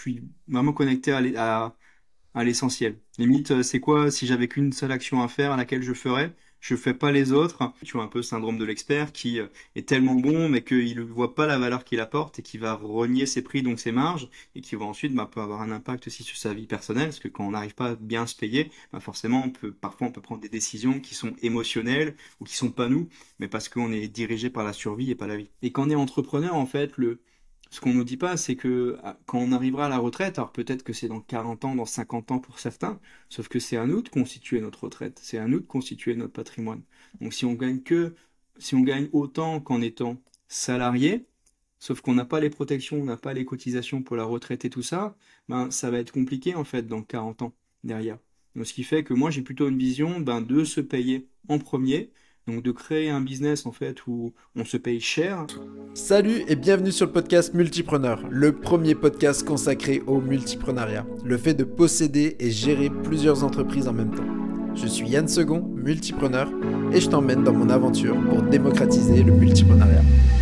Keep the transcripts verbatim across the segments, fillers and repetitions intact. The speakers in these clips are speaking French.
suis vraiment connecté à, l'e- à, à l'essentiel. Limite, euh, c'est quoi si j'avais qu'une seule action à faire à laquelle je ferais, je fais pas les autres. Tu vois un peu le syndrome de l'expert qui euh, est tellement bon mais qu'il ne voit pas la valeur qu'il apporte et qui va renier ses prix, donc ses marges, et qui va ensuite bah, peut avoir un impact aussi sur sa vie personnelle, parce que quand on n'arrive pas à bien se payer, bah, forcément on peut parfois on peut prendre des décisions qui sont émotionnelles ou qui sont pas nous, mais parce qu'on est dirigé par la survie et pas la vie. Et quand on est entrepreneur, en fait, le ce qu'on nous dit pas, c'est que ah, quand on arrivera à la retraite, alors peut-être que c'est dans quarante ans, dans cinquante ans pour certains, sauf que c'est à nous de constituer notre retraite, c'est à nous de constituer notre patrimoine. Donc si on gagne que, si on gagne autant qu'en étant salarié, sauf qu'on n'a pas les protections, on n'a pas les cotisations pour la retraite et tout ça, ben ça va être compliqué en fait dans quarante ans derrière. Donc ce qui fait que moi j'ai plutôt une vision ben, de se payer en premier, donc de créer un business en fait où on se paye cher. Salut et bienvenue sur le podcast Multipreneur, le premier podcast consacré au multipreneuriat, le fait de posséder et gérer plusieurs entreprises en même temps. Je suis Yann Second, multipreneur, et je t'emmène dans mon aventure pour démocratiser le multipreneuriat.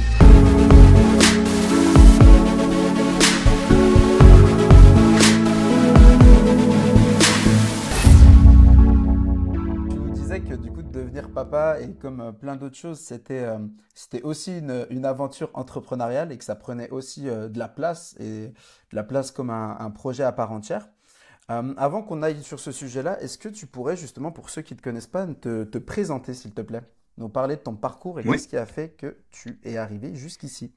Tu nous disais que du coup de devenir papa et comme euh, plein d'autres choses, c'était euh, c'était aussi une, une aventure entrepreneuriale et que ça prenait aussi euh, de la place et de la place comme un, un projet à part entière. Euh, avant qu'on aille sur ce sujet-là, est-ce que tu pourrais justement, pour ceux qui ne te connaissent pas, te, te présenter s'il te plaît, nous parler de ton parcours et Ouais. qu'est-ce qui a fait que tu es arrivé jusqu'ici?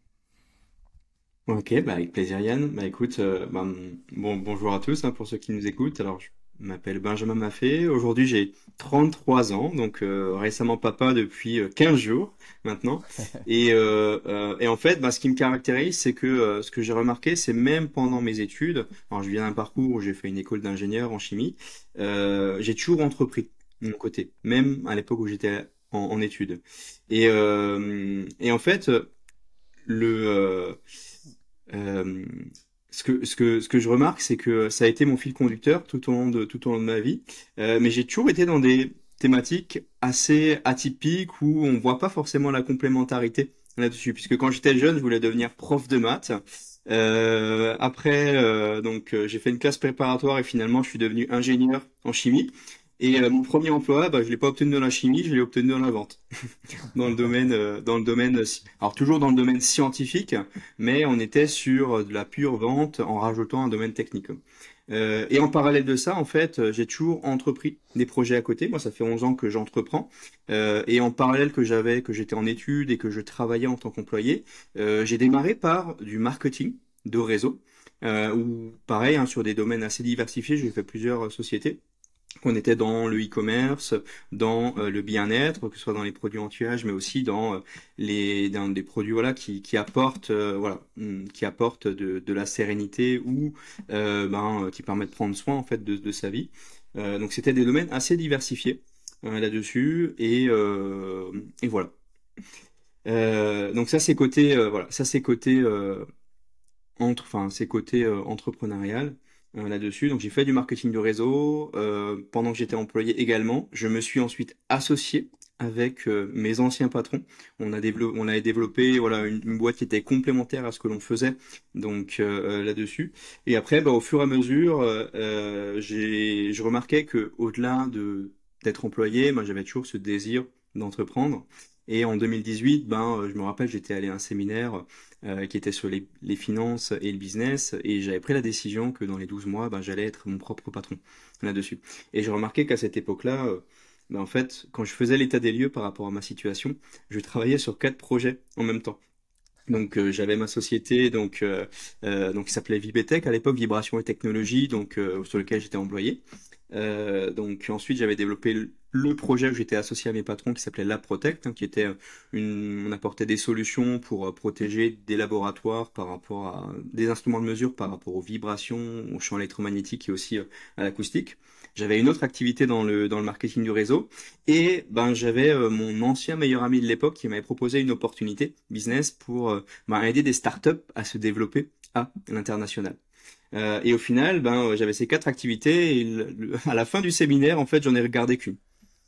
Ok, bah avec plaisir Yann. Bah écoute, euh, bah, bon, bonjour à tous hein, pour ceux qui nous écoutent. Alors je m'appelle Benjamin Maffé. Aujourd'hui j'ai trente-trois ans, donc euh, récemment papa depuis euh, quinze jours maintenant. Et, euh, euh, et en fait, bah, ce qui me caractérise, c'est que euh, ce que j'ai remarqué, c'est même pendant mes études, alors je viens d'un parcours où j'ai fait une école d'ingénieur en chimie, euh, j'ai toujours entrepris de mon côté, même à l'époque où j'étais en, en études. Et, euh, et en fait, le... euh, euh, ce que, ce que, ce que je remarque, c'est que ça a été mon fil conducteur tout au long de, tout au long de ma vie. Euh, mais j'ai toujours été dans des thématiques assez atypiques où on voit pas forcément la complémentarité là-dessus. Puisque quand j'étais jeune, je voulais devenir prof de maths. Euh, après, euh, donc, euh, j'ai fait une classe préparatoire et finalement, je suis devenu ingénieur en chimie. Et euh, mon premier emploi, bah, je l'ai pas obtenu dans la chimie, je l'ai obtenu dans la vente dans le domaine, euh, dans le domaine, euh, alors toujours dans le domaine scientifique, mais on était sur de la pure vente en rajoutant un domaine technique. Euh, et en parallèle de ça, en fait, euh, j'ai toujours entrepris des projets à côté. Moi, ça fait onze ans que j'entreprends. Euh, et en parallèle que j'avais, que j'étais en études et que je travaillais en tant qu'employé, euh, j'ai démarré par du marketing de réseau, euh, ou pareil, hein, sur des domaines assez diversifiés. J'ai fait plusieurs euh, sociétés. On était dans le e-commerce, dans euh, le bien-être, que ce soit dans les produits anti-âge, mais aussi dans euh, les dans des produits voilà qui qui apportent euh, voilà hum, qui apportent de, de la sérénité ou euh, ben euh, qui permettent de prendre soin en fait de, de sa vie. Euh, donc c'était des domaines assez diversifiés euh, là-dessus et euh, et voilà. Euh, donc ça c'est côté euh, voilà ça c'est côté euh, entre, enfin, c'est côté euh, entrepreneurial euh, là-dessus. Donc j'ai fait du marketing de réseau euh, pendant que j'étais employé également. Je me suis ensuite associé avec euh, mes anciens patrons. On a développé, on avait développé voilà une, une boîte qui était complémentaire à ce que l'on faisait. Donc euh, euh, là-dessus. Et après, bah, au fur et à mesure, euh, euh, j'ai, je remarquais que au-delà de d'être employé, moi j'avais toujours ce désir d'entreprendre. Et en deux mille dix-huit, ben, euh, je me rappelle, j'étais allé à un séminaire euh, qui était sur les, les finances et le business, et j'avais pris la décision que dans les douze mois, ben, j'allais être mon propre patron là-dessus. Et j'ai remarqué qu'à cette époque-là, euh, ben, en fait, quand je faisais l'état des lieux par rapport à ma situation, je travaillais sur quatre projets en même temps. Donc euh, j'avais ma société donc euh, euh, donc qui s'appelait Vibetech à l'époque, Vibration et Technologie, donc euh, sur lequel j'étais employé. Euh, donc ensuite j'avais développé le, le projet où j'étais associé à mes patrons qui s'appelait Lab Protect, hein, qui était euh, une on apportait des solutions pour euh, protéger des laboratoires par rapport à des instruments de mesure par rapport aux vibrations, aux champs électromagnétiques et aussi euh, à l'acoustique. J'avais une autre activité dans le dans le marketing du réseau et ben j'avais euh, mon ancien meilleur ami de l'époque qui m'avait proposé une opportunité business pour euh, ben, aider des startups à se développer à l'international. Euh, et au final, ben, euh, j'avais ces quatre activités et le- le- à la fin du séminaire, en fait, j'en ai regardé qu'une.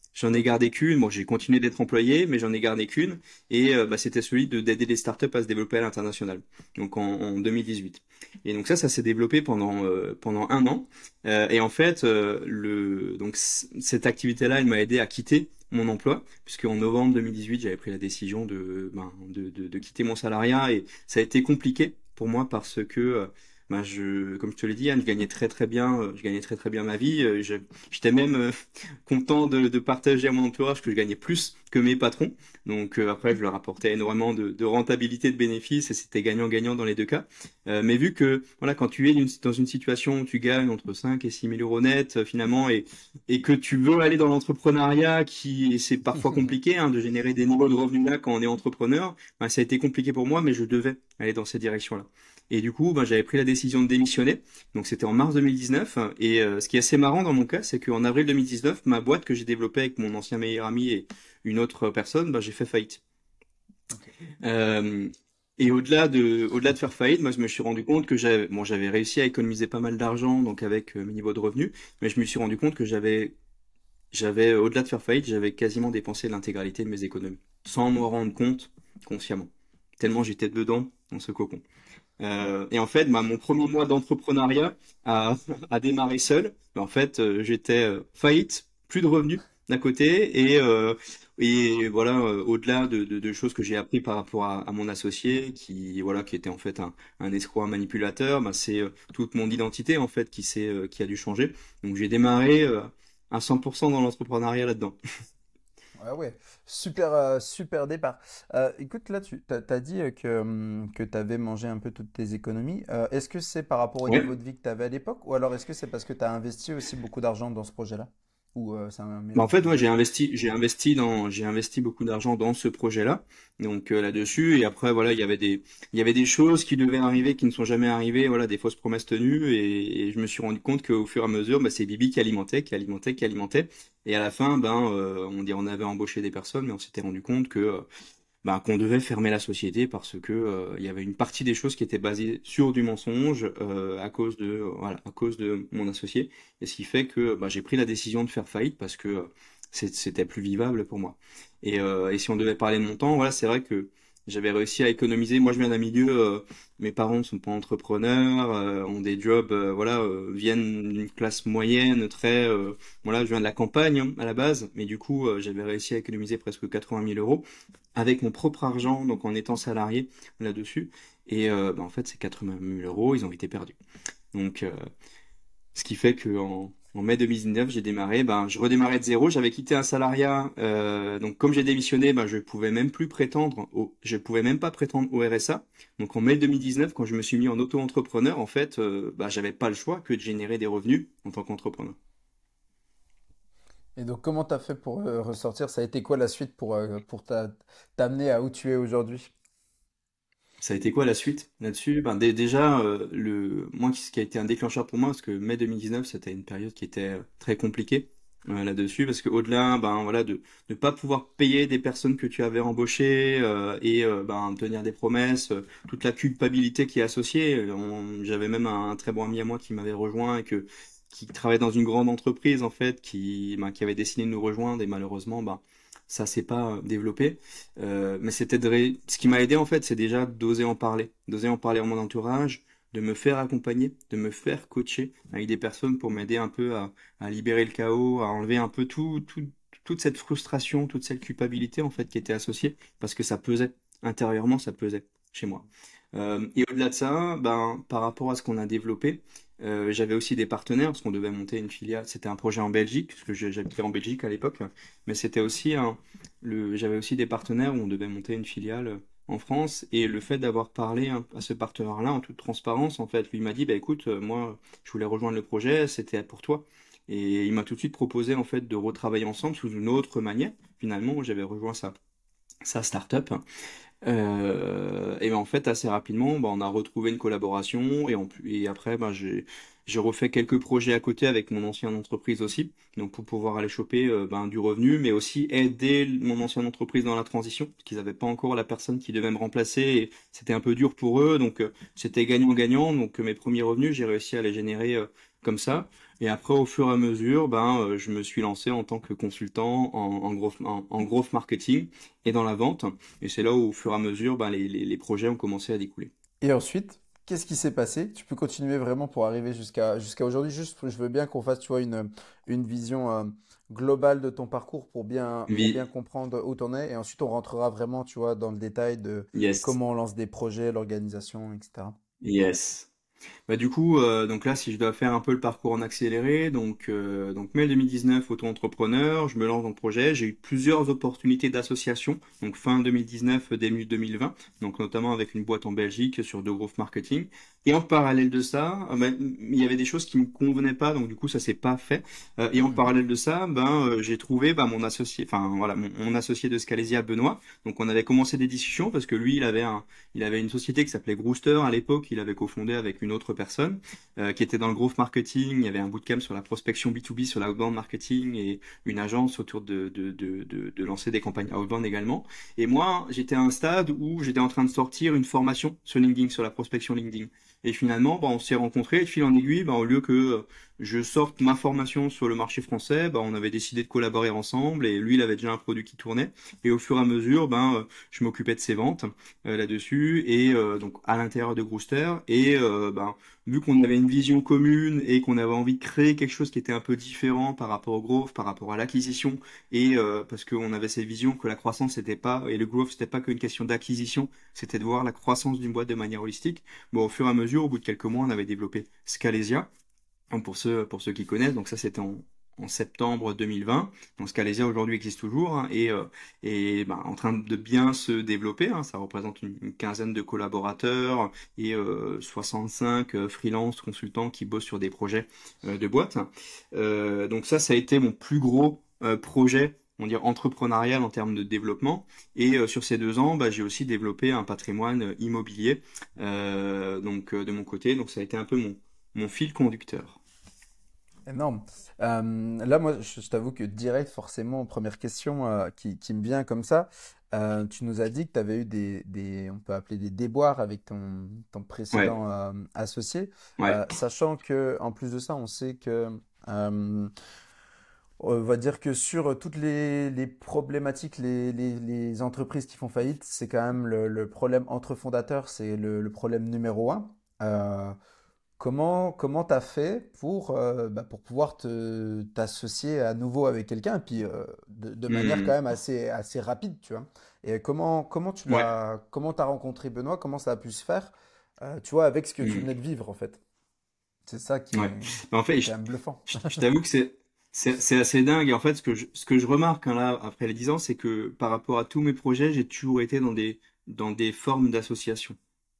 j'en ai gardé qu'une. Bon, j'ai continué d'être employé, mais j'en ai gardé qu'une. Et euh, bah, c'était celui de d'aider les startups à se développer à l'international. Donc en, en deux mille dix-huit. Et donc ça, ça s'est développé pendant euh, pendant un an. Euh, et en fait, euh, le donc c- cette activité-là, elle m'a aidé à quitter mon emploi, puisque en novembre deux mille dix-huit, j'avais pris la décision de, ben, de, de, de quitter mon salariat et ça a été compliqué pour moi parce que euh, ben, je, comme je te l'ai dit, Anne, je gagnais très très bien, euh, je gagnais très très bien ma vie. Euh, je- J'étais même euh, content de, de partager à mon entourage que je gagnais plus que mes patrons. Donc euh, après, je leur apportais énormément de, de rentabilité, de bénéfices et c'était gagnant-gagnant dans les deux cas. Euh, mais vu que voilà, quand tu es une- dans une situation où tu gagnes entre cinq et six mille euros net euh, finalement et, et que tu veux aller dans l'entrepreneuriat, qui et c'est parfois compliqué hein, de générer des niveaux de revenus là quand on est entrepreneur, ben, ça a été compliqué pour moi, mais je devais aller dans cette direction-là. Et du coup, ben, j'avais pris la décision de démissionner. Donc c'était en mars deux mille dix-neuf. Et euh, ce qui est assez marrant dans mon cas, c'est qu'en avril deux mille dix-neuf, ma boîte que j'ai développée avec mon ancien meilleur ami et une autre personne, ben, j'ai fait faillite. Ok. Euh, et au-delà de, au-delà de faire faillite, moi je me suis rendu compte que j'avais, bon, j'avais réussi à économiser pas mal d'argent, donc avec euh, mes niveaux de revenus, mais je me suis rendu compte que j'avais, j'avais, euh, au-delà de faire faillite, j'avais quasiment dépensé l'intégralité de mes économies, sans m'en rendre compte consciemment, tellement j'étais dedans dans ce cocon. Euh, et en fait, bah, mon premier mois d'entrepreneuriat a, a démarré seul. En fait, euh, j'étais euh, faillite, plus de revenus d'un côté, et, euh, et voilà, euh, au-delà de, de, de choses que j'ai appris par rapport à, à mon associé, qui voilà, qui était en fait un, un escroc, un manipulateur, bah, c'est euh, toute mon identité en fait qui s'est, euh, qui a dû changer. Donc j'ai démarré euh, à cent pour cent dans l'entrepreneuriat là-dedans. Ouais, ouais, super, euh, super départ. Euh, écoute, là, tu as, dit euh, que, hum, que tu avais mangé un peu toutes tes économies. Euh, est-ce que c'est par rapport au niveau Ouais. de vie que tu avais à l'époque, ou alors est-ce que c'est parce que tu as investi aussi beaucoup d'argent dans ce projet-là? Ou euh, c'est un Bah, en mélange fait, des moi, deux? j'ai investi, j'ai investi dans, j'ai investi beaucoup d'argent dans ce projet-là, donc euh, là-dessus. Et après, voilà, il y avait des, il y avait des choses qui devaient arriver, qui ne sont jamais arrivées, voilà, des fausses promesses tenues. Et, et je me suis rendu compte qu'au fur et à mesure, bah, c'est Bibi qui alimentait, qui alimentait, qui alimentait. Et à la fin, ben, euh, on dit, on avait embauché des personnes, mais on s'était rendu compte que euh, bah, qu'on devait fermer la société parce que euh, il y avait une partie des choses qui étaient basées sur du mensonge euh, à cause de euh, voilà à cause de mon associé et ce qui fait que bah, j'ai pris la décision de faire faillite parce que euh, c'est- c'était plus vivable pour moi et, euh, et si on devait parler de mon temps voilà c'est vrai que j'avais réussi à économiser moi je viens d'un milieu euh, mes parents ne sont pas entrepreneurs euh, ont des jobs euh, voilà euh, viennent d'une classe moyenne très euh, voilà je viens de la campagne hein, à la base mais du coup euh, j'avais réussi à économiser presque quatre-vingt mille euros avec mon propre argent, donc en étant salarié là-dessus. Et euh, bah, en fait, ces quatre-vingt mille euros, ils ont été perdus. Donc, euh, ce qui fait que en, en mai deux mille dix-neuf, j'ai démarré, ben, je redémarrais de zéro. J'avais quitté un salariat, euh, donc comme j'ai démissionné, ben, je pouvais même plus prétendre, au, je pouvais même pas prétendre au R S A. Donc en mai deux mille dix-neuf, quand je me suis mis en auto-entrepreneur, en fait, euh, bah, j'avais pas le choix que de générer des revenus en tant qu'entrepreneur. Et donc, comment tu as fait pour euh, ressortir? Ça a été quoi la suite pour, euh, pour t'a- t'amener à où tu es aujourd'hui? Ça a été quoi la suite là-dessus? Ben, dé- déjà, euh, le, moi, ce qui a été un déclencheur pour moi, parce que mai deux mille dix-neuf, c'était une période qui était euh, très compliquée euh, là-dessus, parce que au-delà, ben voilà, de ne pas pouvoir payer des personnes que tu avais embauchées euh, et euh, ben tenir des promesses, euh, toute la culpabilité qui est associée. euh, on- J'avais même un, un très bon ami à moi qui m'avait rejoint et que qui travaillait dans une grande entreprise en fait, qui ben, qui avait décidé de nous rejoindre et malheureusement, ben ça s'est pas euh, développé. Euh, mais c'était de ré- ce qui m'a aidé en fait, c'est déjà d'oser en parler, d'oser en parler à mon entourage, de me faire accompagner, de me faire coacher avec des personnes pour m'aider un peu à, à libérer le chaos, à enlever un peu tout, tout, toute cette frustration, toute cette culpabilité en fait qui était associée, parce que ça pesait intérieurement, ça pesait chez moi. Euh, et au-delà de ça, ben par rapport à ce qu'on a développé, euh, j'avais aussi des partenaires parce qu'on devait monter une filiale. C'était un projet en Belgique, parce que j'ai- j'habitais en Belgique à l'époque, mais c'était aussi un, le, j'avais aussi des partenaires où on devait monter une filiale euh, en France et le fait d'avoir parlé hein, à ce partenaire-là en toute transparence, en fait, lui il m'a dit, bah écoute, euh, moi je voulais rejoindre le projet, c'était pour toi. Et il m'a tout de suite proposé en fait de retravailler ensemble sous une autre manière. Finalement, j'avais rejoint sa, sa start-up. Euh, et ben, en fait, assez rapidement, bah, on a retrouvé une collaboration et, en, plus- et après, bah, j'ai, j'ai refait quelques projets à côté avec mon ancienne entreprise aussi, donc pour pouvoir aller choper euh, ben, du revenu, mais aussi aider mon ancienne entreprise dans la transition, parce qu'ils n'avaient pas encore la personne qui devait me remplacer et c'était un peu dur pour eux, donc euh, c'était gagnant-gagnant. Donc euh, mes premiers revenus, j'ai réussi à les générer euh, comme ça. Et après, au fur et à mesure, ben, euh, je me suis lancé en tant que consultant en, en growth, en, en growth marketing et dans la vente. Et c'est là où, au fur et à mesure, ben, les, les, les projets ont commencé à découler. Et ensuite, qu'est-ce qui s'est passé? Tu peux continuer vraiment pour arriver jusqu'à jusqu'à aujourd'hui. Juste, je veux bien qu'on fasse, tu vois, une, une vision euh, globale de ton parcours pour bien, pour bien Vi- comprendre où t'en es. Et ensuite, on rentrera vraiment, tu vois, dans le détail de yes, comment on lance des projets, l'organisation, et cetera. yes. Bah du coup, euh, donc là, si je dois faire un peu le parcours en accéléré, donc, euh, donc mai deux mille dix-neuf, auto-entrepreneur, je me lance dans le projet. J'ai eu plusieurs opportunités d'association, donc fin deux mille dix-neuf, début deux mille vingt, donc notamment avec une boîte en Belgique sur de growth marketing. Et en parallèle de ça, euh, ben, il y avait des choses qui me convenaient pas, donc du coup, ça s'est pas fait. Euh, et en Mhm. parallèle de ça, ben, euh, j'ai trouvé ben, mon associé, enfin voilà, mon, mon associé de Scalesia, Benoît. Donc on avait commencé des discussions parce que lui, il avait un il avait une société qui s'appelait Grooster à l'époque, il avait cofondé avec une autre personne euh, qui était dans le growth marketing. Il y avait un bootcamp sur la prospection B deux B, sur l'outbound marketing et une agence autour de, de, de, de, de lancer des campagnes outbound également. Et moi, j'étais à un stade où j'étais en train de sortir une formation sur LinkedIn, sur la prospection LinkedIn. Et finalement, bah, on s'est rencontrés, et de fil en aiguille, bah, au lieu que euh, je sorte ma formation sur le marché français, bah, on avait décidé de collaborer ensemble et lui, il avait déjà un produit qui tournait. Et au fur et à mesure, ben, euh, je m'occupais de ses ventes euh, là-dessus et euh, donc à l'intérieur de Grooster et euh, ben, vu qu'on avait une vision commune et qu'on avait envie de créer quelque chose qui était un peu différent par rapport au growth, par rapport à l'acquisition et euh, parce qu'on avait cette vision que la croissance c'était pas et le growth c'était pas qu'une question d'acquisition, c'était de voir la croissance d'une boîte de manière holistique. Bon, au fur et à mesure, au bout de quelques mois, on avait développé Scalesia. Hein, Pour ceux, pour ceux qui connaissent, donc ça c'était en, en septembre deux mille vingt. Donc Scalesia aujourd'hui existe toujours hein, et, euh, et ben, en train de bien se développer. Hein. Ça représente une, une quinzaine de collaborateurs et euh, soixante-cinq euh, freelance consultants qui bossent sur des projets euh, de boîte. Euh, donc ça, ça a été mon plus gros euh, projet, on va dire entrepreneurial en termes de développement. Et euh, sur ces deux ans, bah, j'ai aussi développé un patrimoine euh, immobilier euh, donc euh, de mon côté. Donc ça a été un peu mon mon fil conducteur. Énorme. Euh, là, moi, je, je t'avoue que direct, forcément, première question euh, qui, qui me vient comme ça, euh, tu nous as dit que tu avais eu des, des, on peut appeler des déboires avec ton, ton Ouais, précédent euh, associé, ouais. Euh, sachant que en plus de ça, on sait que, euh, on va dire que sur toutes les, les problématiques, les, les, les entreprises qui font faillite, c'est quand même le, le problème entre fondateurs, c'est le, le problème numéro un. Euh, Comment comment t'as fait pour, euh, bah, pour pouvoir te t'associer à nouveau avec quelqu'un et puis euh, de, de manière quand Hmm, même assez assez rapide, tu vois. Et comment comment tu ouais. l'as comment t'as rencontré Benoît, comment ça a pu se faire, euh, tu vois, avec ce que tu Hmm, venais de vivre en fait. C'est ça qui ouais. est Mais en qui est fait, quand je, même bluffant. je- je t'avoue que c'est c'est c'est assez dingue. Et en fait, ce que je, ce que je remarque hein, là, après les dix ans, c'est que par rapport à tous mes projets, j'ai toujours été dans des dans des formes d'association.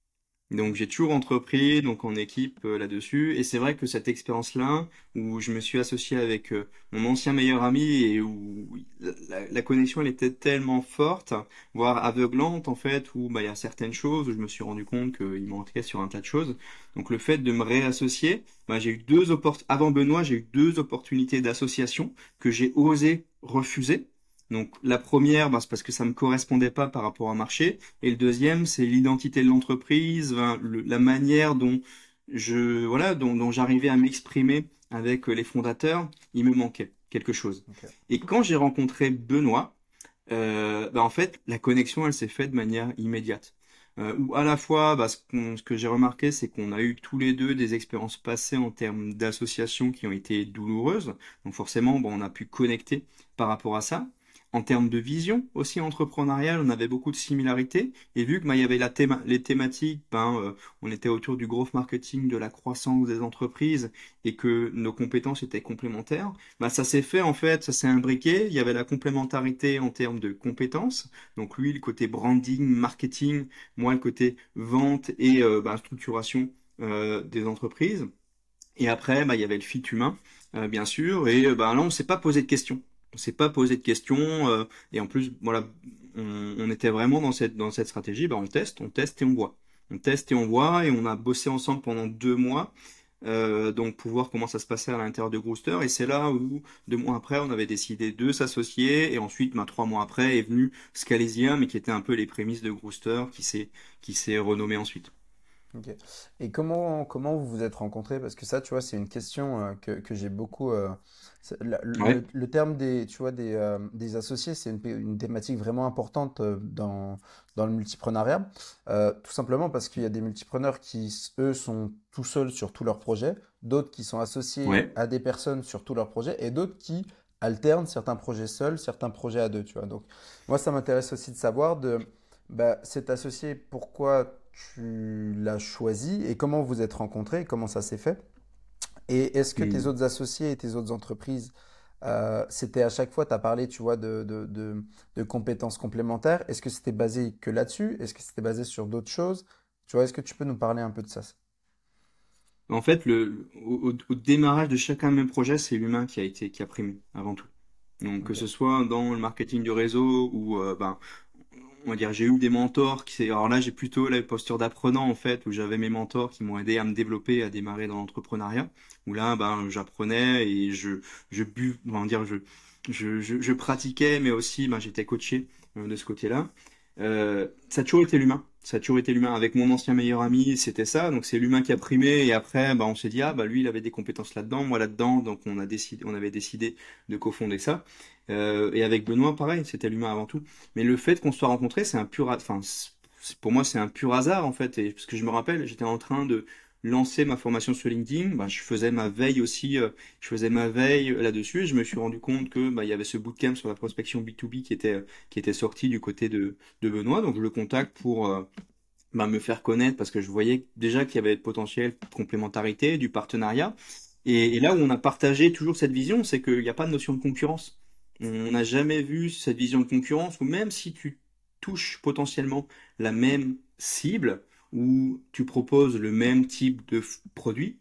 Donc j'ai toujours entrepris donc en équipe euh, là-dessus et c'est vrai que cette expérience-là où je me suis associé avec euh, mon ancien meilleur ami et où la, la- la connexion elle était tellement forte, voire aveuglante en fait où bah il y a certaines choses où je me suis rendu compte qu'il manquait sur un tas de choses. Donc le fait de me réassocier, bah, j'ai eu deux oppor- avant Benoît, j'ai eu deux opportunités d'association que j'ai osé refuser. Donc la première, bah, c'est parce que ça me correspondait pas par rapport au marché. Et le deuxième, c'est l'identité de l'entreprise, enfin, le- la manière dont je, voilà, dont, dont j'arrivais à m'exprimer avec euh, les fondateurs. Il me manquait quelque chose. Ok. Et quand j'ai rencontré Benoît, euh, bah, en fait, la connexion, elle s'est faite de manière immédiate. Euh, où à la fois, bah, ce, qu'on- ce que j'ai remarqué, c'est qu'on a eu tous les deux des expériences passées en termes d'association qui ont été douloureuses. Donc forcément, bon, on a pu connecter par rapport à ça. En termes de vision aussi entrepreneuriale, on avait beaucoup de similarités. Et vu que bah, il y avait la théma- les thématiques, ben, euh, on était autour du growth marketing, de la croissance des entreprises, et que nos compétences étaient complémentaires. Bah, ça s'est fait en fait, ça s'est imbriqué. Il y avait la complémentarité en termes de compétences. Donc lui, le côté branding, marketing, moi le côté vente et euh, bah, structuration euh, des entreprises. Et après, bah, il y avait le fit humain, euh, bien sûr. Et euh, bah, là, on s'est pas posé de questions. On s'est pas posé de questions. euh, et en plus, voilà, on, on était vraiment dans cette dans cette stratégie. Bah, on teste, on teste et on voit. On teste et on voit. Et on a bossé ensemble pendant deux mois. Euh, donc pour voir comment ça se passait à l'intérieur de Grooster. Et c'est là où, deux mois après, on avait décidé de s'associer. Et ensuite, ben, trois mois après, est venu Scalesia, mais qui était un peu les prémices de Grooster, qui s'est qui s'est renommé ensuite. Ok. Et comment, comment vous vous êtes rencontrés? Parce que ça, tu vois, c'est une question euh, que, que j'ai beaucoup. Euh, c'est- la- le, Ouais, le terme des, tu vois, des, euh, des associés, c'est une, une thématique vraiment importante euh, dans, dans le multipreneuriat. Euh, tout simplement parce qu'il y a des multipreneurs qui, s- eux, sont tout seuls sur tous leurs projets, d'autres qui sont associés ouais. à des personnes sur tous leurs projets, et d'autres qui alternent certains projets seuls, certains projets à deux, tu vois. Donc, moi, ça m'intéresse aussi de savoir de bah, cet associé, pourquoi tu l'as choisi et comment vous êtes rencontrés, comment ça s'est fait? Et est-ce que tes Hmm. autres associés et tes autres entreprises, euh, c'était à chaque fois, tu as parlé, tu vois, de, de, de- de compétences complémentaires. Est-ce que c'était basé que là-dessus? Est-ce que c'était basé sur d'autres choses? Tu vois, est-ce que tu peux nous parler un peu de ça? En fait, le, au, au- au démarrage de chacun de mes projets, c'est l'humain qui a été, qui a primé avant tout. Donc, que Ok. ce soit dans le marketing du réseau ou, euh, ben, on va dire, j'ai eu des mentors qui, alors là, j'ai plutôt la posture d'apprenant, en fait, où j'avais mes mentors qui m'ont aidé à me développer, à démarrer dans l'entrepreneuriat, où là, ben, j'apprenais et je, je bu, on va dire, je, je, je, je pratiquais, mais aussi, ben, j'étais coaché euh, de ce côté-là. Euh, ça a toujours été l'humain. Ça a toujours été l'humain. Avec mon ancien meilleur ami, c'était ça. Donc c'est l'humain qui a primé. Et après, bah, on s'est dit, ah, bah, lui, il avait des compétences là-dedans, moi là-dedans. Donc on a décidé, on avait décidé de cofonder ça. Euh, et avec Benoît, pareil, c'était l'humain avant tout. Mais le fait qu'on se soit rencontrés, c'est un pur, ha- enfin, c'est- pour moi, c'est un pur hasard en fait. Et parce que je me rappelle, j'étais en train de lancer ma formation sur LinkedIn. Bah, je faisais ma veille aussi, euh, je faisais ma veille là-dessus. Et je me suis rendu compte que bah, il y avait ce bootcamp sur la prospection B deux B qui était qui était sorti du côté de de Benoît. Donc je le contacte pour euh, bah, me faire connaître parce que je voyais déjà qu'il y avait de potentiel de complémentarité, du partenariat. Et, et là où on a partagé toujours cette vision, c'est qu'il n'y a pas de notion de concurrence. On n'a jamais vu cette vision de concurrence où même si tu touches potentiellement la même cible, où tu proposes le même type de f- produit,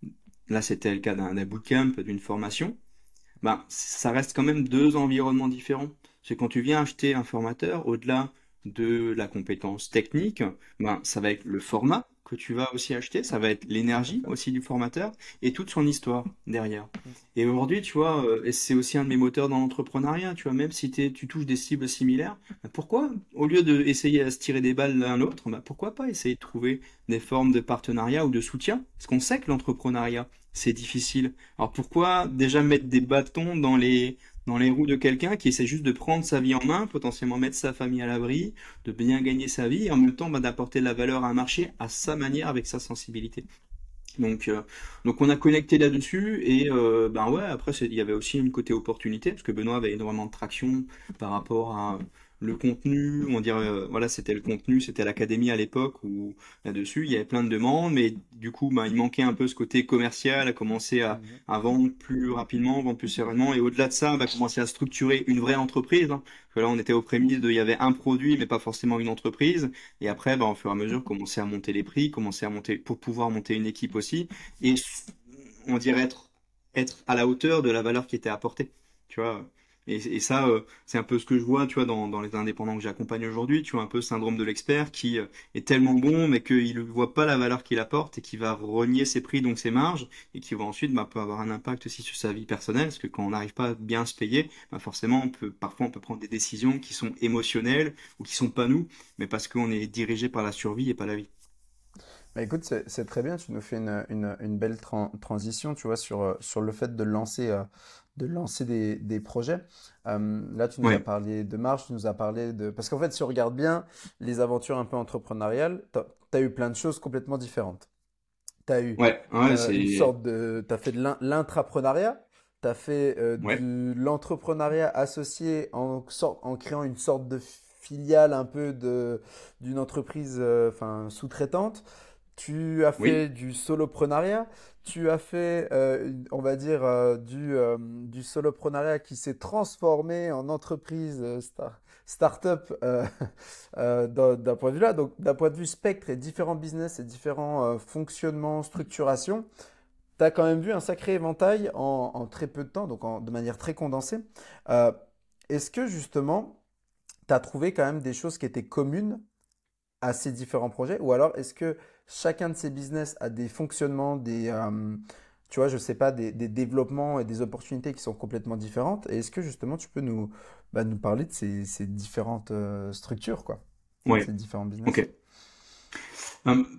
là c'était le cas d'un d'un bootcamp, d'une formation, ben, ça reste quand même deux environnements différents. C'est quand tu viens acheter un formateur, au-delà de la compétence technique, ben, ça va être le format que tu vas aussi acheter, ça va être Tout à l'énergie fait. aussi du formateur et toute son histoire derrière. Et aujourd'hui, tu vois, euh, et c'est aussi un de mes moteurs dans l'entrepreneuriat, tu vois, même si t'es- tu touches des cibles similaires, ben, pourquoi, au lieu d'essayer à se tirer des balles l'un l'autre, ben, pourquoi pas essayer de trouver des formes de partenariat ou de soutien? Parce qu'on sait que l'entrepreneuriat, c'est difficile. Alors pourquoi déjà mettre des bâtons dans les, dans les roues de quelqu'un qui essaie juste de prendre sa vie en main, potentiellement mettre sa famille à l'abri, de bien gagner sa vie, et en même temps bah, d'apporter de la valeur à un marché à sa manière, avec sa sensibilité. Donc, euh, donc on a connecté là-dessus et euh, ben ouais après c'est- il y avait aussi une côté opportunité parce que Benoît avait énormément de traction par rapport à le contenu, on dirait euh, voilà c'était le contenu, c'était l'académie à l'époque où là-dessus il y avait plein de demandes mais du coup ben, il manquait un peu ce côté commercial, à commencer à, Mhm. à vendre plus rapidement, vendre plus sereinement et au-delà de ça, bah, commencer à structurer une vraie entreprise. Hein. Parce que là on était aux prémices de il y avait un produit mais pas forcément une entreprise. Et après, bah, au fur et à mesure, commencer à monter les prix, commencer à monter pour pouvoir monter une équipe aussi, et on dirait être, être à la hauteur de la valeur qui était apportée. Tu vois. Et, et ça, euh, c'est un peu ce que je vois, tu vois, dans, dans les indépendants que j'accompagne aujourd'hui. Tu vois, un peu le syndrome de l'expert qui euh, est tellement bon, mais qu'il ne voit pas la valeur qu'il apporte et qui va renier ses prix, donc ses marges, et qui va ensuite bah, peut avoir un impact aussi sur sa vie personnelle, parce que quand on n'arrive pas à bien se payer, bah, forcément, on peut, parfois, on peut prendre des décisions qui sont émotionnelles ou qui sont pas nous, mais parce qu'on est dirigé par la survie et pas la vie. Bah écoute, c'est c'est très bien, tu nous fais une, une- une belle tran- transition, tu vois, sur, euh, sur le fait de lancer, euh, de lancer des, des projets. Euh, là, tu nous as Ouais, parlé de marge, tu nous as parlé de... Parce qu'en fait, si on regarde bien les aventures un peu entrepreneuriales, tu as eu plein de choses complètement différentes. Tu as eu ouais, ouais, euh, une c'est, sorte de... Tu as fait de l'in- l'intrapreneuriat, tu as fait euh, ouais, de l'entrepreneuriat associé en, sor- en créant une sorte de filiale un peu de, d'une entreprise euh, enfin, sous-traitante. Tu as oui. fait du soloprenariat, tu as fait, euh, on va dire, euh, du, euh, du soloprenariat qui s'est transformé en entreprise euh, star- start-up euh, euh, d'un d'un point de vue là. Donc, d'un point de vue spectre et différents business et différents euh, fonctionnements, structurations, tu as quand même vu un sacré éventail en, en très peu de temps, donc en- de manière très condensée. Euh, Est-ce que justement, tu as trouvé quand même des choses qui étaient communes à ces différents projets? Ou alors est-ce que chacun de ces business a des fonctionnements, des, euh, tu vois, je sais pas, des, des développements et des opportunités qui sont complètement différentes? Et est-ce que justement tu peux nous, bah, nous parler de ces, ces différentes euh, structures, quoi, Ouais, ces différents business? ok. Hum,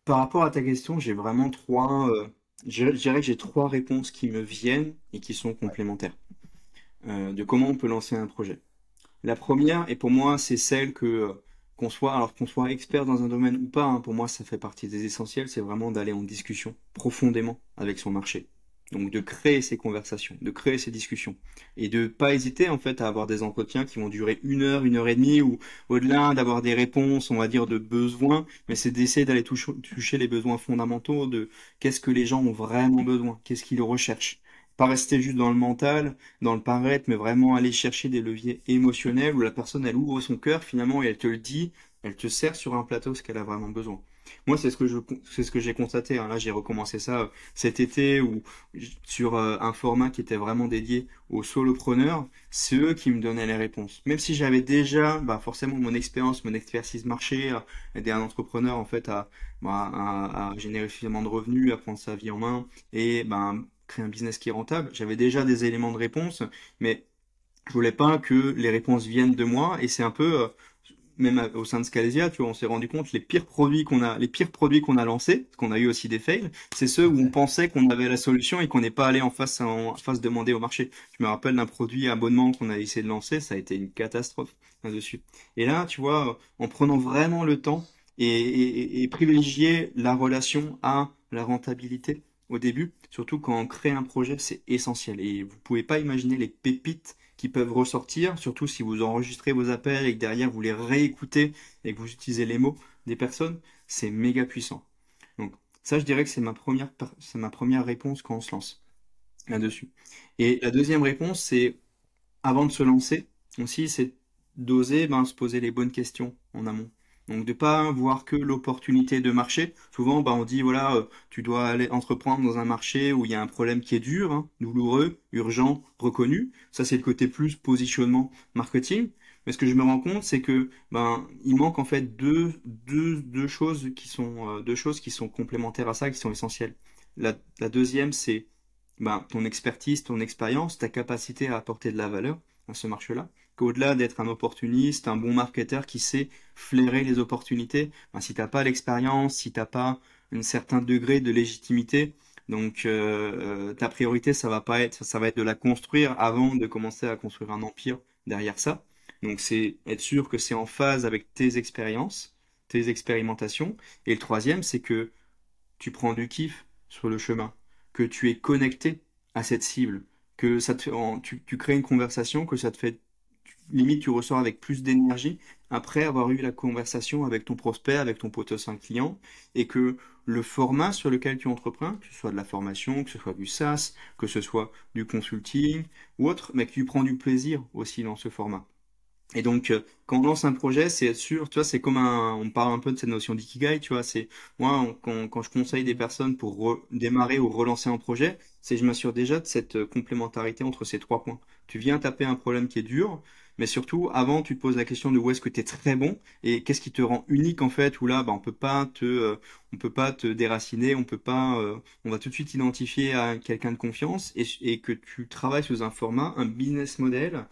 Par rapport à ta question, j'ai vraiment trois, euh, je dirais je dirais que j'ai trois réponses qui me viennent et qui sont Ouais, complémentaires euh, de comment on peut lancer un projet. La première, et pour moi, c'est celle que euh, qu'on soit, alors qu'on soit expert dans un domaine ou pas, hein, pour moi, ça fait partie des essentiels, c'est vraiment d'aller en discussion profondément avec son marché. Donc de créer ces conversations, de créer ces discussions, et de pas hésiter en fait à avoir des entretiens qui vont durer une heure, une heure et demie, ou au-delà d'avoir des réponses, on va dire de besoins, mais c'est d'essayer d'aller toucher, toucher les besoins fondamentaux de qu'est-ce que les gens ont vraiment besoin, qu'est-ce qu'ils recherchent. Pas rester juste dans le mental, dans le paraître, mais vraiment aller chercher des leviers émotionnels où la personne, elle ouvre son cœur finalement et elle te le dit, elle te sert sur un plateau ce qu'elle a vraiment besoin. Moi, c'est ce que je, c'est ce que j'ai constaté, hein. Là, j'ai recommencé ça euh, cet été ou sur euh, un format qui était vraiment dédié aux solopreneurs. C'est eux qui me donnaient les réponses. Même si j'avais déjà, bah, forcément, mon expérience, mon expertise marché, à aider un entrepreneur, en fait, à, bah, à, à générer suffisamment de revenus, à prendre sa vie en main et, ben, créer un business qui est rentable. J'avais déjà des éléments de réponse, mais je voulais pas que les réponses viennent de moi. Et c'est un peu, euh, même à- au sein de Scalesia, tu vois, on s'est rendu compte les pires produits qu'on a, les pires produits qu'on a lancés, parce qu'on a eu aussi des fails, c'est ceux où on ok. pensait qu'on avait la solution et qu'on n'est pas allé en face, en face demander au marché. Je me rappelle d'un produit abonnement qu'on a essayé de lancer, ça a été une catastrophe là-dessus. Et là, tu vois, en prenant vraiment le temps et, et, et privilégier la relation à la rentabilité au début, surtout quand on crée un projet, c'est essentiel. Et vous pouvez pas imaginer les pépites qui peuvent ressortir, surtout si vous enregistrez vos appels et que derrière vous les réécoutez et que vous utilisez les mots des personnes, c'est méga puissant. Donc ça, je dirais que c'est ma première, c'est ma première réponse quand on se lance Ok. là-dessus. Et la deuxième réponse, c'est avant de se lancer aussi, c'est d'oser ben, se poser les bonnes questions en amont. Donc de pas voir que l'opportunité de marché. Souvent, ben, on dit voilà, euh, tu dois aller entreprendre dans un marché où il y a un problème qui est dur, hein, douloureux, urgent, reconnu. Ça, c'est le côté plus positionnement marketing. Mais ce que je me rends compte, c'est que ben il manque en fait deux, deux, deux choses qui sont euh, deux choses qui sont complémentaires à ça, qui sont essentielles. La, la deuxième, c'est ben, ton expertise, ton expérience, ta capacité à apporter de la valeur à ce marché-là, qu'au-delà d'être un opportuniste, un bon marketeur qui sait flairer les opportunités, ben, si t'as pas l'expérience, si t'as pas un certain degré de légitimité, donc euh, euh, ta priorité, ça va pas être, ça va être de la construire avant de commencer à construire un empire derrière ça. Donc c'est être sûr que c'est en phase avec tes expériences, tes expérimentations. Et le troisième, c'est que tu prends du kiff sur le chemin, que tu es connecté à cette cible, que ça te fait, en- tu, tu crées une conversation, que ça te fait, tu- limite tu ressors avec plus d'énergie après avoir eu la conversation avec ton prospect, avec ton potentiel client, et que le format sur lequel tu entreprends, que ce soit de la formation, que ce soit du SaaS, que ce soit du consulting ou autre, mais que tu prends du plaisir aussi dans ce format. Et donc, euh, quand on lance un projet, c'est être sûr, tu vois, c'est comme un, on parle un peu de cette notion d'ikigai, tu vois, c'est, moi, on- quand, quand je conseille des Mhm. personnes pour re- démarrer ou relancer un projet, c'est je m'assure déjà de cette euh, complémentarité entre ces trois points. Tu viens taper un problème qui est dur, mais surtout, avant, tu te poses la question de où est-ce que tu es très bon et qu'est-ce qui te rend unique, en fait, où là, bah, on peut pas te, euh, on peut pas te déraciner, on peut pas, euh, on va tout de suite identifier à quelqu'un de confiance et, et que tu travailles sous un format, un business model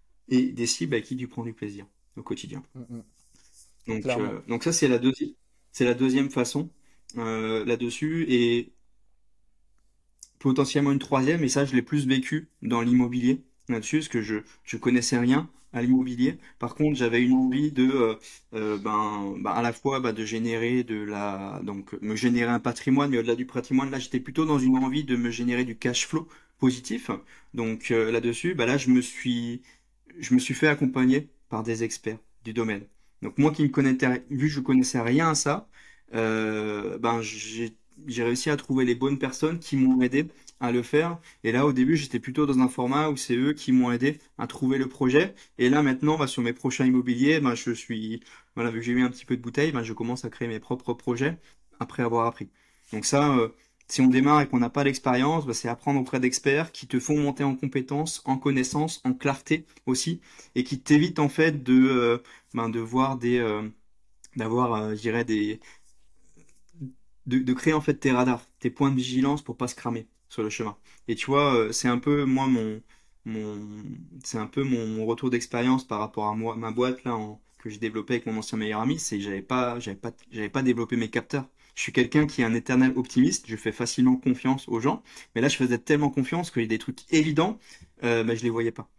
et des cibles à qui tu prends du plaisir au quotidien. Mhm. Donc, Clairement. euh, donc ça, c'est la deuxième, c'est la deuxième façon euh, là-dessus. Et potentiellement une troisième, et ça, je l'ai plus vécu dans l'immobilier là-dessus, parce que je, je connaissais rien à l'immobilier. Par contre, j'avais une envie de, euh, euh, ben, ben, à la fois bah, de générer de la, donc me générer un patrimoine, mais au-delà du patrimoine, là, j'étais plutôt dans une envie de me générer du cash flow positif. Donc euh, là-dessus, bah, là, je me suis, je me suis fait accompagner par des experts du domaine. Donc moi qui me connaissais, vu que je connaissais rien à ça, euh, ben j'ai j'ai réussi à trouver les bonnes personnes qui m'ont aidé à le faire. Et là, au début, j'étais plutôt dans un format où c'est eux qui m'ont aidé à trouver le projet. Et là, maintenant, bah, sur mes prochains immobiliers, bah, je suis, voilà, vu que j'ai mis un petit peu de bouteille, bah, je commence à créer mes propres projets après avoir appris. Donc ça, euh, si on démarre et qu'on n'a pas d'expérience, bah, c'est apprendre auprès d'experts qui te font monter en compétences, en connaissances, en clarté aussi, et qui t'évitent en fait de, euh, ben, de voir des, euh, d'avoir, euh, je dirais des de, de créer en fait tes radars, tes points de vigilance pour pas se cramer sur le chemin. Et tu vois, euh, c'est un peu moi mon mon c'est un peu mon, mon retour d'expérience par rapport à moi ma boîte là en- que j'ai développée avec mon ancien meilleur ami, c'est que j'avais pas j'avais pas j'avais pas développé mes capteurs. je suis quelqu'un qui est un éternel optimiste, je fais facilement confiance aux gens, mais là, je faisais tellement confiance qu'il y a des trucs évidents, euh, bah, je les voyais pas.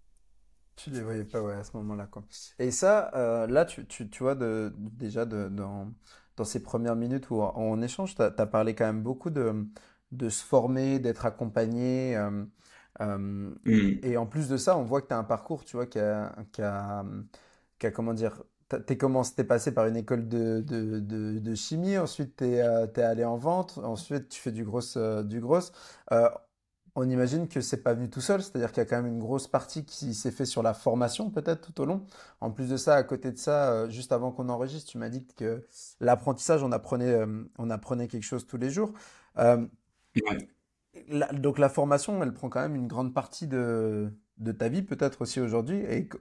Tu les voyais pas, ouais, à ce moment-là, quoi. Et ça, euh, là, tu, tu, tu vois, de, déjà, de, dans, dans ces premières minutes où on échange, tu as parlé quand même beaucoup de, de se former, d'être accompagné. euh, euh, Hmm. et en plus de ça, on voit que tu as un parcours, tu vois, qui a, qui a, qui a, comment dire, t'as- t'es commencé, t'es passé par une école de, de, de, de chimie, ensuite tu es, allé en vente, ensuite tu fais du gros, euh, du gros. Euh, on imagine que c'est pas venu tout seul, c'est-à-dire qu'il y a quand même une grosse partie qui s'est fait sur la formation peut-être tout au long. En plus de ça, à côté de ça, euh, juste avant qu'on enregistre, tu m'as dit que l'apprentissage, on apprenait, euh, on apprenait quelque chose tous les jours. Euh, Ouais. la- donc la formation, elle prend quand même une grande partie de, de ta vie peut-être aussi aujourd'hui. Et que-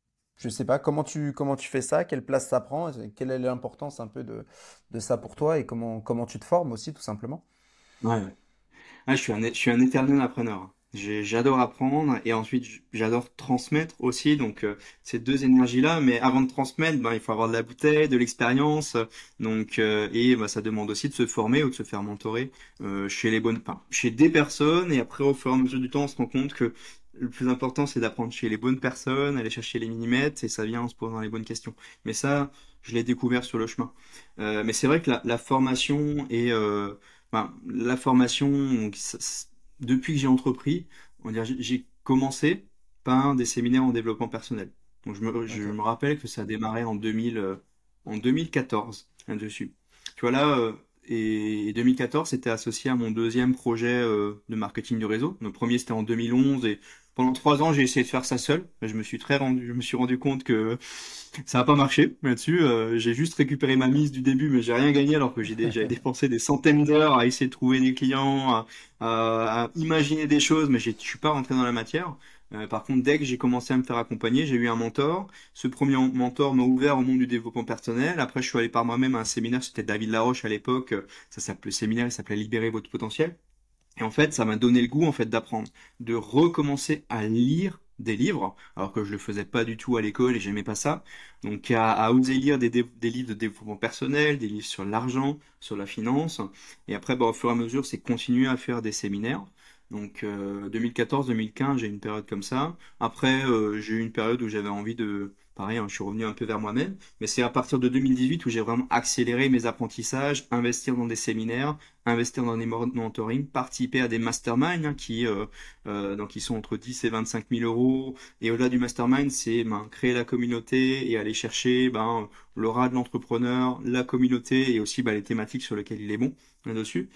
je sais pas comment tu, comment tu fais ça, quelle place ça prend, et quelle est l'importance un peu de, de ça pour toi et comment, comment tu te formes aussi tout simplement. Ouais. Ah, je suis un, je suis un éternel appreneur. J'ai- J'adore apprendre et ensuite j- j'adore transmettre aussi. Donc euh, ces deux énergies-là. Mais avant de transmettre, ben, il faut avoir de la bouteille, de l'expérience. Donc euh, et ben, ça demande aussi de se former ou de se faire mentorer euh, chez les bonnes, enfin, chez des personnes. Et après, au fur et à mesure du temps, on se rend compte que le plus important, c'est d'apprendre chez les bonnes personnes, aller chercher les millimètres et ça vient en se posant les bonnes questions. Mais ça, je l'ai découvert sur le chemin. Euh, mais c'est vrai que la, la formation et euh, Enfin, la formation, donc, ça- ça- depuis que j'ai entrepris, on va dire, j'ai j'ai commencé par des séminaires en développement personnel. Donc, je me, je Ok. me rappelle que ça a démarré en deux mille, euh, en deux mille quatorze, là-dessus. Tu vois, là, euh, et, et deux mille quatorze, c'était associé à mon deuxième projet euh, de marketing du réseau. Le premier, c'était en deux mille onze, et pendant trois ans, j'ai essayé de faire ça seul. Mais Je me suis très rendu, je me suis rendu compte que ça n'a pas marché là-dessus. Euh, j'ai juste récupéré ma mise du début, mais j'ai rien gagné alors que j'ai dé- j'avais dépensé des centaines d'heures à essayer de trouver des clients, à, à- à imaginer des choses, mais j'ai- je suis pas rentré dans la matière. Euh, par contre, dès que j'ai commencé à me faire accompagner, j'ai eu un mentor. Ce premier mentor m'a ouvert au monde du développement personnel. Après, je suis allé par moi-même à un séminaire, c'était David Laroche à l'époque. Ça s'appelait le séminaire, il s'appelait Libérer votre potentiel. Et en fait, ça m'a donné le goût en fait d'apprendre, de recommencer à lire des livres, alors que je le faisais pas du tout à l'école et j'aimais pas ça. Donc à, à oser lire des, dé- des livres de développement personnel, des livres sur l'argent, sur la finance. Et après, bah, au fur et à mesure, c'est continuer à faire des séminaires. Donc euh, deux mille quatorze, deux mille quinze, j'ai une période comme ça. Après, euh, j'ai eu une période où j'avais envie de, pareil, hein, je suis revenu un peu vers moi-même. Mais c'est à partir de deux mille dix-huit où j'ai vraiment accéléré mes apprentissages, investir dans des séminaires, investir dans des mentoring, participer à des masterminds hein, qui, euh, euh, donc qui sont entre dix et vingt-cinq mille euros. Et au-delà du mastermind, c'est ben, créer la communauté et aller chercher ben, l'aura de l'entrepreneur, la communauté et aussi ben, les thématiques sur lesquelles il est bon là-dessus.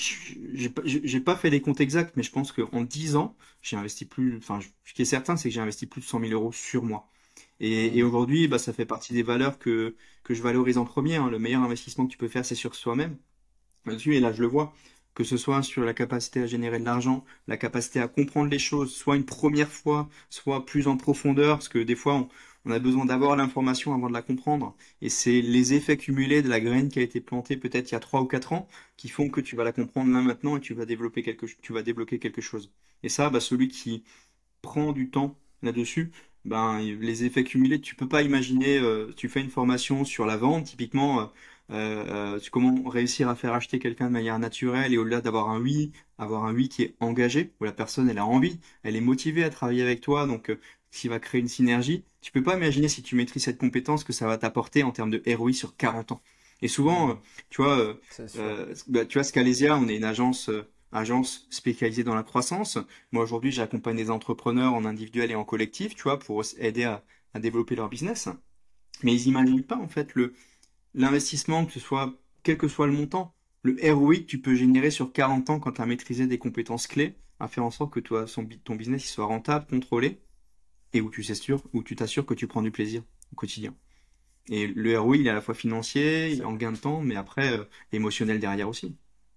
J'ai pas j'ai pas fait les comptes exacts, mais je pense qu'en dix ans, j'ai investi plus, enfin, ce qui est certain, c'est que j'ai investi plus de cent mille euros sur moi. Et, et Hmm. aujourd'hui, bah, ça fait partie des valeurs que, que je valorise en premier. Hein. Le meilleur investissement que tu peux faire, c'est sur soi-même là-dessus, et là je le vois, que ce soit sur la capacité à générer de l'argent, la capacité à comprendre les choses, soit une première fois, soit plus en profondeur, parce que des fois on, on a besoin d'avoir l'information avant de la comprendre, et c'est les effets cumulés de la graine qui a été plantée peut-être il y a trois ou quatre ans qui font que tu vas la comprendre là maintenant et tu vas développer quelque, tu vas débloquer quelque chose. Et ça, bah, celui qui prend du temps là-dessus, ben, les effets cumulés, tu peux pas imaginer, euh, tu fais une formation sur la vente, typiquement, euh, euh, euh, comment réussir à faire acheter quelqu'un de manière naturelle et au-delà d'avoir un oui, avoir un oui qui est engagé, où la personne, elle a envie, elle est motivée à travailler avec toi, donc, euh, ce qui va créer une synergie. Tu peux pas imaginer si tu maîtrises cette compétence que ça va t'apporter en termes de R O I sur quarante ans. Et souvent, euh, Hmm. tu vois, euh, C'est sûr. euh, bah, tu vois, Scalesia, on est une agence, euh, agence spécialisée dans la croissance. Moi, aujourd'hui, j'accompagne des entrepreneurs en individuel et en collectif, tu vois, pour aider à, à développer leur business. Mais ils n'imaginent pas, en fait, le, l'investissement, que ce soit, quel que soit le montant, le R O I que tu peux générer sur quarante ans quand tu as maîtrisé des compétences clés, à faire en sorte que toi, son, ton business il soit rentable, contrôlé, et où tu sûr, où tu t'assures que tu prends du plaisir au quotidien. Et le R O I, il est à la fois financier, C'est en gain de temps, mais après, euh, émotionnel derrière aussi.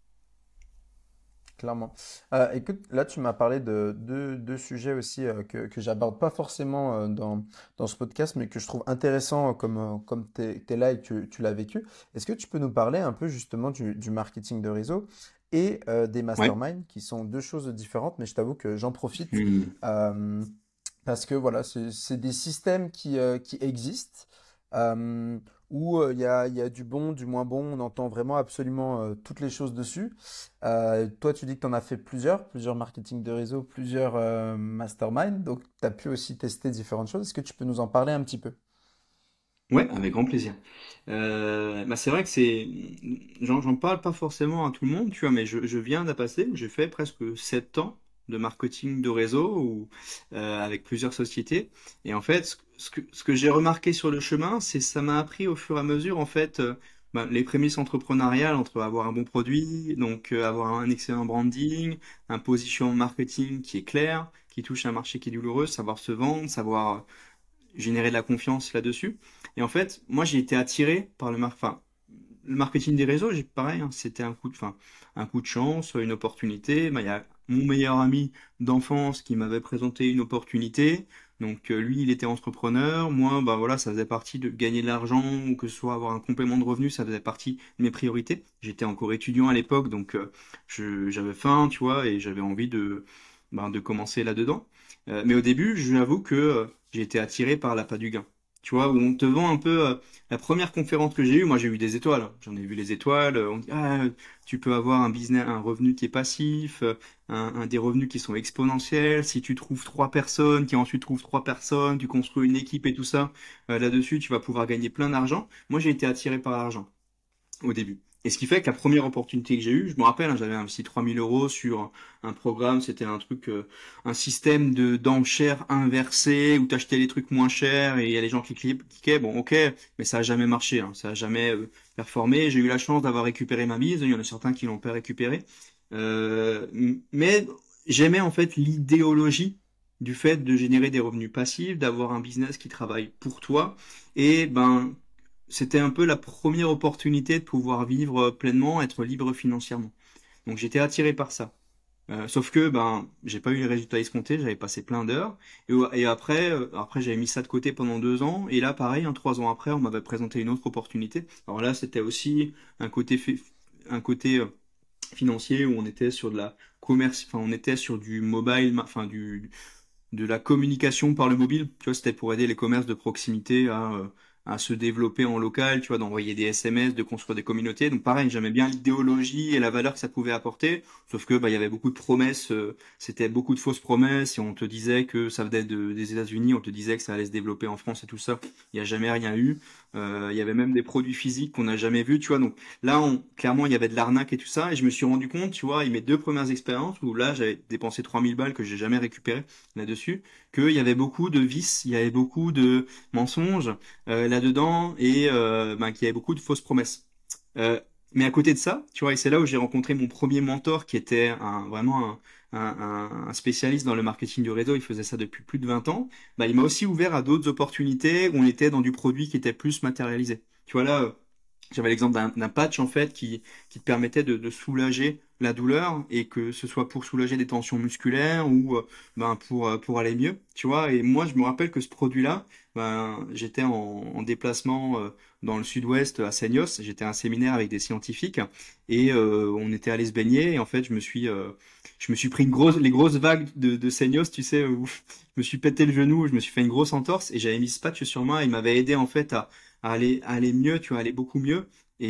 clairement. Euh, écoute, là, tu m'as parlé de deux, deux sujets aussi euh, que, que j'aborde pas forcément euh, dans, dans ce podcast, mais que je trouve intéressant euh, comme, euh, comme tu es, là et que tu, tu l'as vécu. Est-ce que tu peux nous parler un peu justement du, du marketing de réseau et euh, des Ouais. masterminds, qui sont deux choses différentes, mais je t'avoue que j'en profite Hmm. euh, parce que voilà, c'est c'est des systèmes qui, euh, qui existent. euh, où euh, il y a, il y a du bon, du moins bon, on entend vraiment absolument euh, toutes les choses dessus. Euh, toi, tu dis que tu en as fait plusieurs, plusieurs marketing de réseau, plusieurs euh, mastermind, donc tu as pu aussi tester différentes choses. Est-ce que tu peux nous en parler un petit peu? Ouais, avec grand plaisir. Euh, bah c'est vrai que c'est, j'en j'en parle pas forcément à tout le monde, tu vois, mais je, je viens d'un passé où j'ai fait presque sept ans de marketing de réseau ou euh, avec plusieurs sociétés. Et en fait, ce, ce que, ce que j'ai remarqué sur le chemin, c'est ça m'a appris au fur et à mesure, en fait, euh, bah, les prémices entrepreneuriales entre avoir un bon produit, donc euh, avoir un excellent branding, un position marketing qui est clair, qui touche un marché qui est douloureux, savoir se vendre, savoir générer de la confiance là-dessus. Et en fait, moi, j'ai été attiré par le mar- enfin, le marketing des réseaux. J'ai pareil, hein, c'était un coup de, enfin, un coup de chance, une opportunité. Ben, il y a mon meilleur ami d'enfance qui m'avait présenté une opportunité. Donc euh, lui, il était entrepreneur. Moi, bah voilà, ça faisait partie de gagner de l'argent ou que ce soit avoir un complément de revenu, ça faisait partie de mes priorités. J'étais encore étudiant à l'époque, donc euh, je- j'avais faim, tu vois, et j'avais envie de, ben, de commencer là-dedans. Euh, mais au début, j'avoue que euh, j'ai été attiré par l'appât du gain. Tu vois, où on te vend un peu euh, la première conférence que j'ai eue, moi j'ai eu des étoiles. J'en ai vu les étoiles. euh, On dit, ah, tu peux avoir un business, un revenu qui est passif, euh, un, un des revenus qui sont exponentiels. Si tu trouves trois personnes, qui ensuite trouvent trois personnes, tu construis une équipe et tout ça, euh, là-dessus, tu vas pouvoir gagner plein d'argent. Moi, j'ai été attiré par l'argent au début. Et ce qui fait que la première opportunité que j'ai eue, je me rappelle, hein, j'avais investi trois mille euros sur un programme, c'était un truc, euh, un système de d'enchères inversées où t'achetais les trucs moins chers et il y a les gens qui cli- cliquaient. Bon, ok, mais ça a jamais marché, hein, ça a jamais euh, performé. J'ai eu la chance d'avoir récupéré ma mise. Il y en a certains qui l'ont pas récupéré. Euh, m- mais j'aimais en fait l'idéologie du fait de générer des revenus passifs, d'avoir un business qui travaille pour toi. Et ben, c'était un peu la première opportunité de pouvoir vivre pleinement, être libre financièrement. Donc j'étais attiré par ça. Euh, sauf que ben j'ai pas eu les résultats escomptés, j'avais passé plein d'heures et, et après euh, après j'avais mis ça de côté pendant deux ans et là pareil, hein, trois ans après on m'avait présenté une autre opportunité. Alors là c'était aussi un côté fi- un côté euh, financier où on était sur de la commerce, enfin on était sur du mobile, ma- enfin du de la communication par le mobile. Tu vois, c'était pour aider les commerces de proximité à, euh, à se développer en local, tu vois, d'envoyer des S M S, de construire des communautés. Donc pareil, j'aimais bien l'idéologie et la valeur que ça pouvait apporter. Sauf que bah, il y avait beaucoup de promesses, euh, c'était beaucoup de fausses promesses et on te disait que ça venait de, des États-Unis, on te disait que ça allait se développer en France et tout ça. Il n'y a jamais rien eu. Euh, il y avait même des produits physiques qu'on n'a jamais vus, tu vois. Donc là, on, clairement, il y avait de l'arnaque et tout ça. Et je me suis rendu compte, tu vois, et mes deux premières expériences où là, j'avais dépensé trois mille balles que j'ai jamais récupérées là-dessus, qu'il y avait beaucoup de vices, il y avait beaucoup de mensonges euh, là-dedans et euh, ben, qu'il y avait beaucoup de fausses promesses. Euh, mais à côté de ça, tu vois, et c'est là où j'ai rencontré mon premier mentor qui était un, vraiment un, un, un spécialiste dans le marketing du réseau, il faisait ça depuis plus de vingt ans, bah, il m'a aussi ouvert à d'autres opportunités où on était dans du produit qui était plus matérialisé. Tu vois là, j'avais l'exemple d'un d'un patch en fait qui, qui te permettait de, de soulager la douleur et que ce soit pour soulager des tensions musculaires ou euh, ben pour euh, pour aller mieux, tu vois. Et moi je me rappelle que ce produit-là, ben j'étais en, en déplacement euh, dans le sud-ouest à Seignos, j'étais à un séminaire avec des scientifiques et euh, on était allé se baigner et en fait je me suis euh, je me suis pris une grosse les grosses vagues de, de Seignos, tu sais, où je me suis pété le genou, je me suis fait une grosse entorse et j'avais mis ce patch sur moi et il m'avait aidé en fait à à aller, à aller mieux, tu vois, aller beaucoup mieux.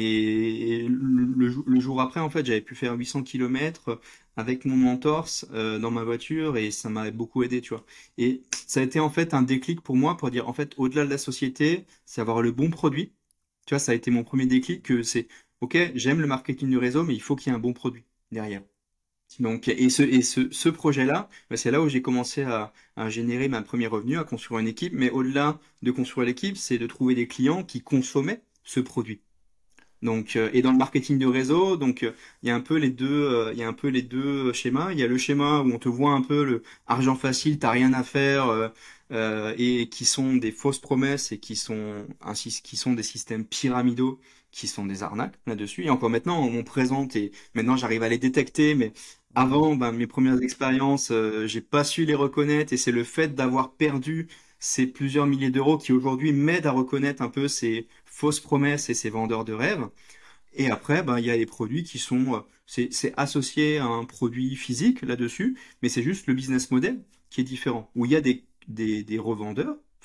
Et le, le jou- le jour après, en fait, j'avais pu faire huit cents kilomètres avec mon entorse euh, dans ma voiture et ça m'a beaucoup aidé, tu vois. Et ça a été en fait un déclic pour moi pour dire, en fait, au-delà de la société, c'est avoir le bon produit. Tu vois, ça a été mon premier déclic que c'est, ok, j'aime le marketing du réseau, mais il faut qu'il y ait un bon produit derrière. Donc, et ce, et ce, ce projet-là, bah, c'est là où j'ai commencé à, à générer ma première revenu, à construire une équipe. Mais au-delà de construire l'équipe, c'est de trouver des clients qui consommaient ce produit. Donc, euh, et dans le marketing de réseau, donc euh, il y a un peu les deux, euh, il y a un peu les deux schémas. Il y a le schéma où on te voit un peu le argent facile, t'as rien à faire, euh, euh, et qui sont des fausses promesses et qui sont ainsi, qui sont des systèmes pyramidaux, qui sont des arnaques là-dessus. Et encore maintenant, on m'en présente et maintenant j'arrive à les détecter, mais avant, ben, mes premières expériences, euh, j'ai pas su les reconnaître et c'est le fait d'avoir perdu ces plusieurs milliers d'euros qui aujourd'hui m'aident à reconnaître un peu ces fausses promesses et ces vendeurs de rêves. Et après, ben, il y a les produits qui sont, euh, c'est, c'est associé à un produit physique là-dessus, mais c'est juste le business model qui est différent, où il y a des, des, des revendeurs,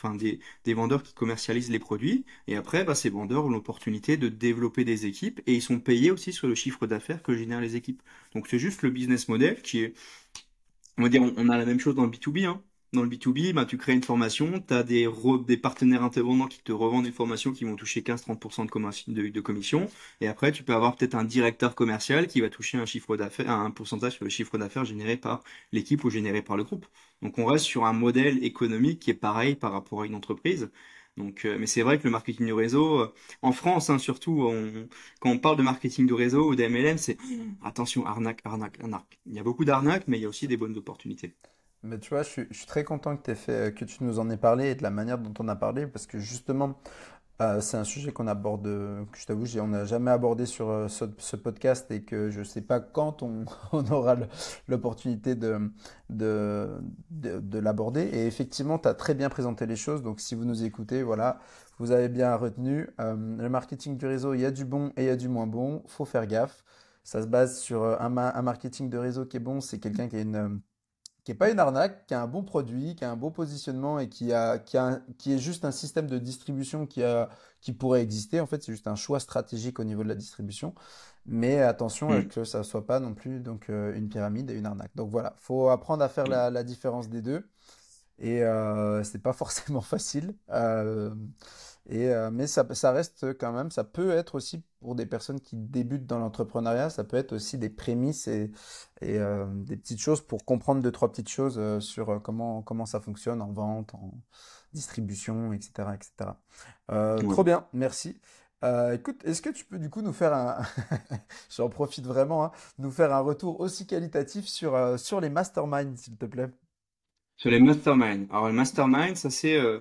enfin des, des vendeurs qui commercialisent les produits. Et après, bah, ces vendeurs ont l'opportunité de développer des équipes et ils sont payés aussi sur le chiffre d'affaires que génèrent les équipes. Donc c'est juste le business model qui est, on va dire, on, on a la même chose dans le B deux B, hein. Dans le B deux B, bah, tu crées une formation, tu as des, re- des partenaires intervenants qui te revendent une formation qui vont toucher quinze à trente pour cent de, commerci- de, de commission. Et après, tu peux avoir peut-être un directeur commercial qui va toucher un chiffre d'affaires, un pourcentage sur le chiffre d'affaires généré par l'équipe ou généré par le groupe. Donc on reste sur un modèle économique qui est pareil par rapport à une entreprise. Donc, euh, mais c'est vrai que le marketing de réseau, euh, en France, hein, surtout, on- quand on parle de marketing de réseau ou d'M L M, c'est attention, arnaque, arnaque, arnaque. Il y a beaucoup d'arnaques, mais il y a aussi des bonnes opportunités. Mais tu vois, je suis, je suis très content que, t'aies fait, que tu nous en aies parlé et de la manière dont on a parlé, parce que justement, euh, c'est un sujet qu'on aborde, euh, que je t'avoue, j'ai- on n'a jamais abordé sur euh, ce, ce podcast et que je ne sais pas quand on, on aura le- l'opportunité de, de, de, de l'aborder. Et effectivement, tu as très bien présenté les choses. Donc, si vous nous écoutez, voilà, vous avez bien retenu. Euh, le marketing du réseau, il y a du bon et il y a du moins bon. Faut faire gaffe. Ça se base sur euh, un, ma- un marketing de réseau qui est bon, c'est quelqu'un qui a une, euh, qui est pas une arnaque, qui a un bon produit, qui a un beau positionnement et qui a, qui a un- qui est juste un système de distribution qui a, qui pourrait exister. En fait, c'est juste un choix stratégique au niveau de la distribution. Mais attention à Hmm. que ça soit pas non plus donc euh, une pyramide et une arnaque. Donc voilà, faut apprendre à faire la, la différence des deux. Et euh, c'est pas forcément facile. Euh, et, euh, mais ça, ça reste quand même, ça peut être aussi pour des personnes qui débutent dans l'entrepreneuriat, ça peut être aussi des prémices et, et, euh, des petites choses pour comprendre deux, trois petites choses euh, sur euh, comment, comment ça fonctionne en vente, en distribution, et cetera, et cetera. Euh, trop Ouais. bien, merci. Euh, écoute, est-ce que tu peux du coup nous faire un, j'en profite vraiment, hein, nous faire un retour aussi qualitatif sur, euh, sur les masterminds, s'il te plaît? Sur les masterminds. Alors, les masterminds, ça c'est, euh,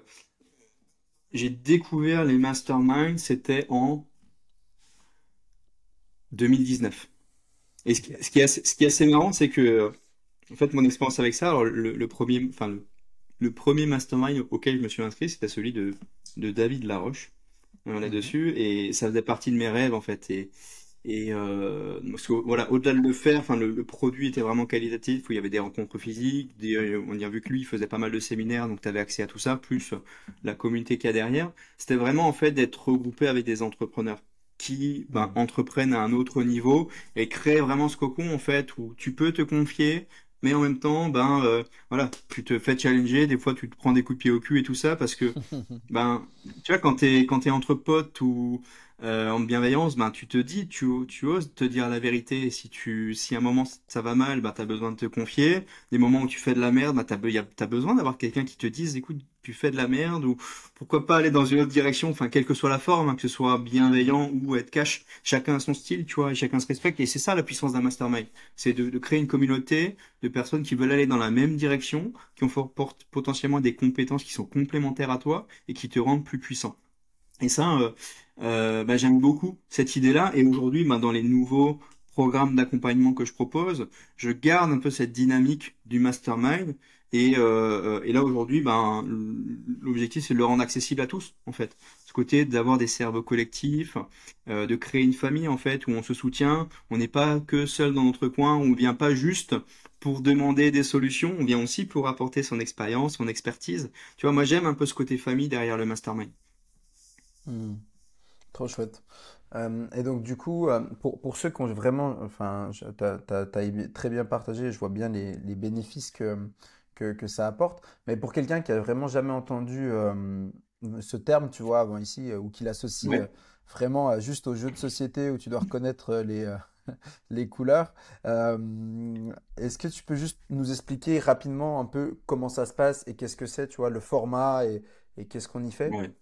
j'ai découvert les masterminds, c'était en deux mille dix-neuf. Et ce qui, ce qui est assez, ce qui est assez marrant, c'est que, euh, en fait, mon expérience avec ça, alors le, le premier, enfin, le, le premier mastermind auquel je me suis inscrit, c'était celui de, de David Laroche, euh, Mhm. là-dessus, et ça faisait partie de mes rêves, en fait. Et, et euh, parce que, voilà, au-delà de le faire, enfin, le, le produit était vraiment qualitatif, où il y avait des rencontres physiques, des, euh, on y a vu que lui, il faisait pas mal de séminaires, donc tu avais accès à tout ça, plus euh, la communauté qu'il y a derrière. C'était vraiment, en fait, d'être regroupé avec des entrepreneurs qui ben, Mhm. entreprennent à un autre niveau et créent vraiment ce cocon, en fait, où tu peux te confier, mais en même temps, ben, euh, voilà, tu te fais challenger, des fois tu te prends des coups de pied au cul et tout ça, parce que ben, tu vois, quand t'es, quand t'es entre potes ou euh, en bienveillance, ben, tu te dis, tu, tu oses te dire la vérité. Si tu, si à un moment ça va mal, ben, t'as besoin de te confier. Des moments où tu fais de la merde, ben, t'as, be- y a- t'as besoin d'avoir quelqu'un qui te dise, écoute, tu fais de la merde ou pourquoi pas aller dans une autre direction, enfin, quelle que soit la forme, hein, que ce soit bienveillant ou être cash. Chacun a son style, tu vois, et chacun se respecte. Et c'est ça la puissance d'un mastermind. C'est de, de créer une communauté de personnes qui veulent aller dans la même direction, qui ont fort- portent potentiellement des compétences qui sont complémentaires à toi et qui te rendent plus puissant. Et ça, euh, euh, bah, j'aime beaucoup cette idée-là. Et aujourd'hui, bah, dans les nouveaux programmes d'accompagnement que je propose, je garde un peu cette dynamique du mastermind. Et, euh, euh, et là, aujourd'hui, ben, l'objectif, c'est de le rendre accessible à tous, en fait. Ce côté d'avoir des cerveaux collectifs, euh, de créer une famille, en fait, où on se soutient. On n'est pas que seul dans notre coin, on vient pas juste pour demander des solutions, on vient aussi pour apporter son expérience, son expertise. Tu vois, moi, j'aime un peu ce côté famille derrière le mastermind. Hmm. Trop chouette. Euh, et donc du coup, euh, pour, pour ceux qui ont vraiment, enfin, je- t'as, t'as- t'as aimé- très bien partagé, je vois bien les, les bénéfices que, que, que ça apporte, mais pour quelqu'un qui a vraiment jamais entendu euh, ce terme, tu vois, avant ici, euh, ou qui l'associe euh, Ouais. vraiment à juste aux jeux de société où tu dois reconnaître euh, les, euh, les couleurs, euh, est-ce que tu peux juste nous expliquer rapidement un peu comment ça se passe et qu'est-ce que c'est, tu vois, le format et, et qu'est-ce qu'on y fait? Ouais.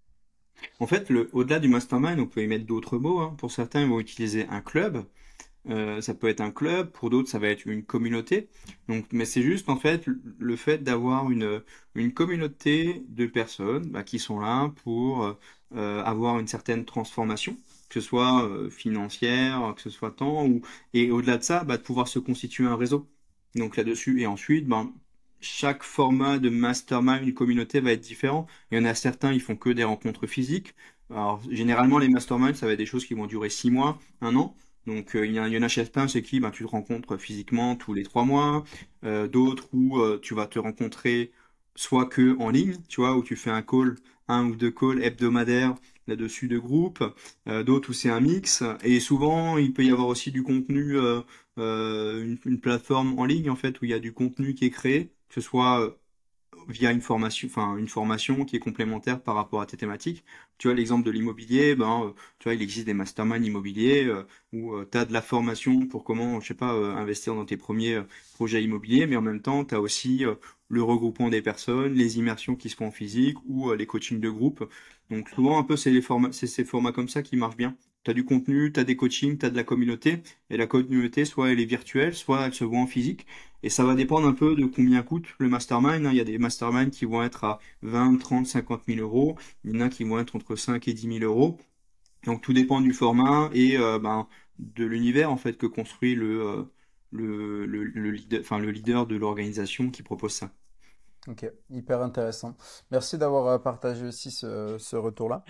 En fait, le, au-delà du mastermind, on peut y mettre d'autres mots, hein. Pour certains, ils vont utiliser un club. Euh, ça peut être un club. Pour d'autres, ça va être une communauté. Donc, mais c'est juste en fait le le fait d'avoir une une communauté de personnes bah, qui sont là pour euh, euh, avoir une certaine transformation, que ce soit euh, financière, que ce soit temps ou et au-delà de ça, bah, de pouvoir se constituer un réseau. Donc là-dessus et ensuite, ben chaque format de mastermind, une communauté va être différent. Il y en a certains, ils font que des rencontres physiques. Alors, généralement, les masterminds, ça va être des choses qui vont durer six mois, un an. Donc, euh, il y, en a il y en a certains, c'est qui ben, tu te rencontres physiquement tous les trois mois. Euh, d'autres où euh, tu vas te rencontrer soit que en ligne, tu vois, où tu fais un call, un ou deux calls hebdomadaires là-dessus de groupe, euh, d'autres où c'est un mix, et souvent il peut y avoir aussi du contenu, euh, euh, une, une plateforme en ligne en fait où il y a du contenu qui est créé, que ce soit euh, via une formation, enfin une formation qui est complémentaire par rapport à tes thématiques. Tu vois, l'exemple de l'immobilier, ben, euh, tu vois, il existe des masterminds immobiliers euh, où tu as de la formation pour comment, je sais pas, euh, investir dans tes premiers euh, projets immobiliers, mais en même temps, tu as aussi euh, le regroupement des personnes, les immersions qui se font en physique ou euh, les coachings de groupe. Donc souvent, un peu, c'est les formats, c'est ces formats comme ça qui marchent bien. Tu as du contenu, tu as des coachings, tu as de la communauté, et la communauté, soit elle est virtuelle, soit elle se voit en physique. Et ça va dépendre un peu de combien coûte le mastermind, hein. Il y a des masterminds qui vont être à vingt, trente, cinquante mille euros. Il y en a qui vont être entre cinq et dix mille euros. Donc tout dépend du format et euh, ben, de l'univers en fait que construit le, euh, le, le, le leader, enfin, le leader de l'organisation qui propose ça. Ok, hyper intéressant. Merci d'avoir euh, partagé aussi ce, ce retour-là.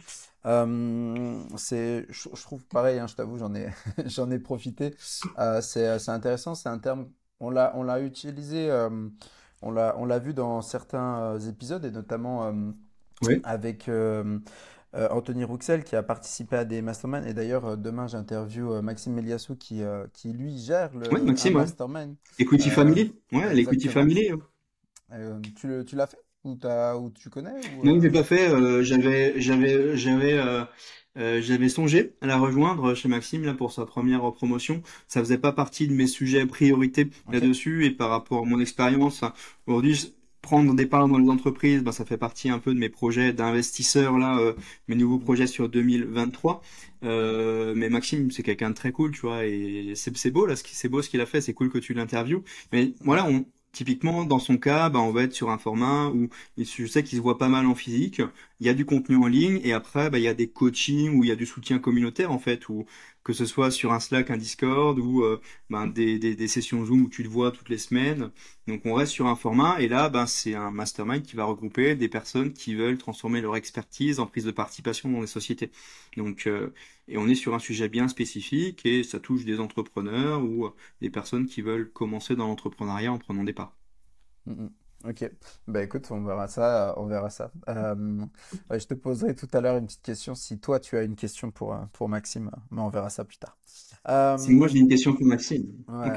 Euh, c'est, je, je trouve pareil, hein, je t'avoue, j'en ai, j'en ai profité. Euh, c'est, c'est intéressant, c'est un terme, on l'a, on l'a utilisé, euh, on l'a, on l'a vu dans certains euh, épisodes et notamment euh, Oui, avec euh, euh, Anthony Rouxel qui a participé à des masterminds. Et d'ailleurs, euh, demain, j'interview euh, Maxime Méliassou qui, euh, qui lui gère ouais, le, un Maxime, ouais. mastermind. Equity Euh, Family, ouais, l'Equity exactement. Family. Hein. Euh, tu, le- tu l'as fait? Ou, t'as, ou tu connais? Ou, Non, euh, j'ai pas fait. euh, j'avais, j'avais, j'avais, euh, euh, j'avais songé à la rejoindre chez Maxime là pour sa première promotion. Ça faisait pas partie de mes sujets priorité Ok. là-dessus et par rapport à mon expérience, hein, aujourd'hui, je- prendre des parts dans les entreprises, bah, ça fait partie un peu de mes projets d'investisseur là, euh, mes nouveaux Mhm. projets sur deux mille vingt-trois. Euh, mais Maxime, c'est quelqu'un de très cool, tu vois, et c'est c'est beau là, ce qui, c'est beau ce qu'il a fait. C'est cool que tu l'interviewes. Mais voilà, on Typiquement, dans son cas, bah, on va être sur un format où et je sais qu'il se voit pas mal en physique. Il y a du contenu en ligne et après, bah, il y a des coachings où il y a du soutien communautaire en fait, ou que ce soit sur un Slack, un Discord ou euh, ben, des, des, des sessions Zoom où tu te vois toutes les semaines. Donc on reste sur un format et là, ben, c'est un mastermind qui va regrouper des personnes qui veulent transformer leur expertise en prise de participation dans les sociétés. Donc euh, et on est sur un sujet bien spécifique et ça touche des entrepreneurs ou euh, des personnes qui veulent commencer dans l'entrepreneuriat en prenant des parts. Mhm. Ok. Bah écoute, on verra ça. euh, On verra ça. Euh, ouais, je te poserai tout à l'heure une petite question si toi tu as une question pour, euh, pour Maxime, euh, mais on verra ça plus tard. Si moi Euh, j'ai une question pour Maxime. ouais. Ok.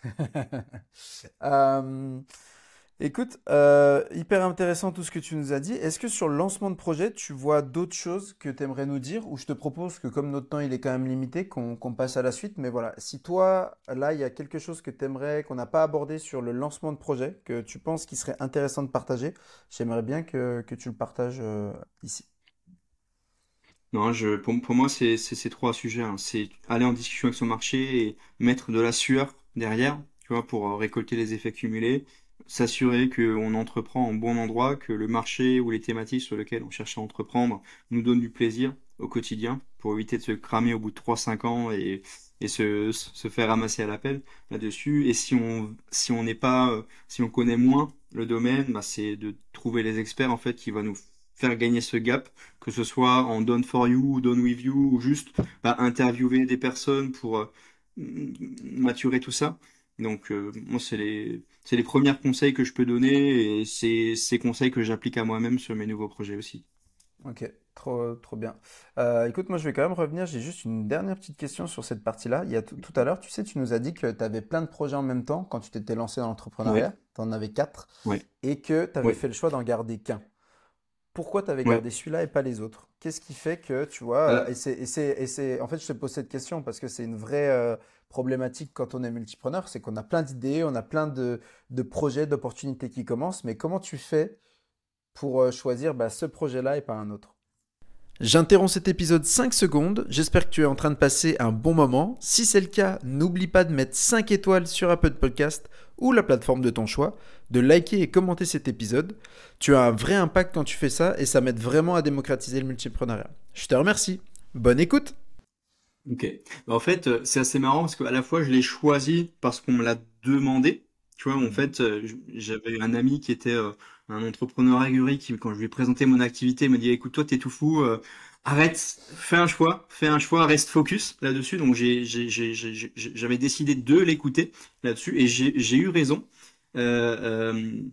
Euh, Écoute, euh, hyper intéressant tout ce que tu nous as dit. Est-ce que sur le lancement de projet, tu vois d'autres choses que tu aimerais nous dire ou je te propose que comme notre temps il est quand même limité, qu'on qu'on passe à la suite. Mais voilà, si toi, là, il y a quelque chose que tu aimerais, qu'on n'a pas abordé sur le lancement de projet, que tu penses qu'il serait intéressant de partager, j'aimerais bien que, que tu le partages euh, ici. Non, je, pour, pour moi, c'est c'est ces trois sujets, hein. C'est aller en discussion avec son marché et mettre de la sueur derrière, tu vois, pour euh, récolter les effets cumulés, s'assurer qu'on entreprend en bon endroit, que le marché ou les thématiques sur lesquelles on cherche à entreprendre nous donnent du plaisir au quotidien, pour éviter de se cramer au bout de trois cinq ans et, et se, se faire ramasser à l'appel là-dessus. Et si on si on n'est pas, euh, si on connaît moins le domaine, bah, c'est de trouver les experts en fait qui va nous faire gagner ce gap que ce soit en done for you ou done with you, ou juste bah, interviewer des personnes pour euh, maturer tout ça. Donc euh, moi c'est les c'est les premiers conseils que je peux donner et c'est ces conseils que j'applique à moi-même sur mes nouveaux projets aussi. Ok, trop, trop bien. Euh, écoute, moi je vais quand même revenir, j'ai juste une dernière petite question sur cette partie-là. Il y a tout tout à l'heure, tu sais, tu nous as dit que tu avais plein de projets en même temps quand tu t'étais lancé dans Ouais, l'entrepreneuriat, tu en avais quatre, ouais, et que tu avais ouais, fait le choix d'en garder qu'un. Pourquoi tu avais ouais. gardé celui-là et pas les autres? Qu'est-ce qui fait que, tu vois, euh, Euh, et c'est, et c'est, et c'est, en fait, je te pose cette question parce que c'est une vraie euh, problématique quand on est multipreneur, c'est qu'on a plein d'idées, on a plein de, de projets, d'opportunités qui commencent, mais comment tu fais pour euh, choisir bah, ce projet-là et pas un autre? J'interromps cet épisode cinq secondes, j'espère que tu es en train de passer un bon moment. Si c'est le cas, n'oublie pas de mettre cinq étoiles sur Apple Podcast ou la plateforme de ton choix, de liker et commenter cet épisode. Tu as un vrai impact quand tu fais ça et ça m'aide vraiment à démocratiser le multiprenariat. Je te remercie. Bonne écoute. ok. Bah, en fait, euh, c'est assez marrant parce qu'à la fois je l'ai choisi parce qu'on me l'a demandé. Tu vois, en Mhm. fait, euh, j- j'avais un ami qui était euh, un entrepreneur aguerri qui, quand je lui ai présenté mon activité, m'a dit, écoute, toi, t'es tout fou, euh, arrête, fais un choix, fais un choix, reste focus là-dessus. Donc, j'ai, j'ai, j'ai, j'ai- j'ai- j'avais décidé de l'écouter là-dessus et j'ai, j'ai eu raison. Euh, euh,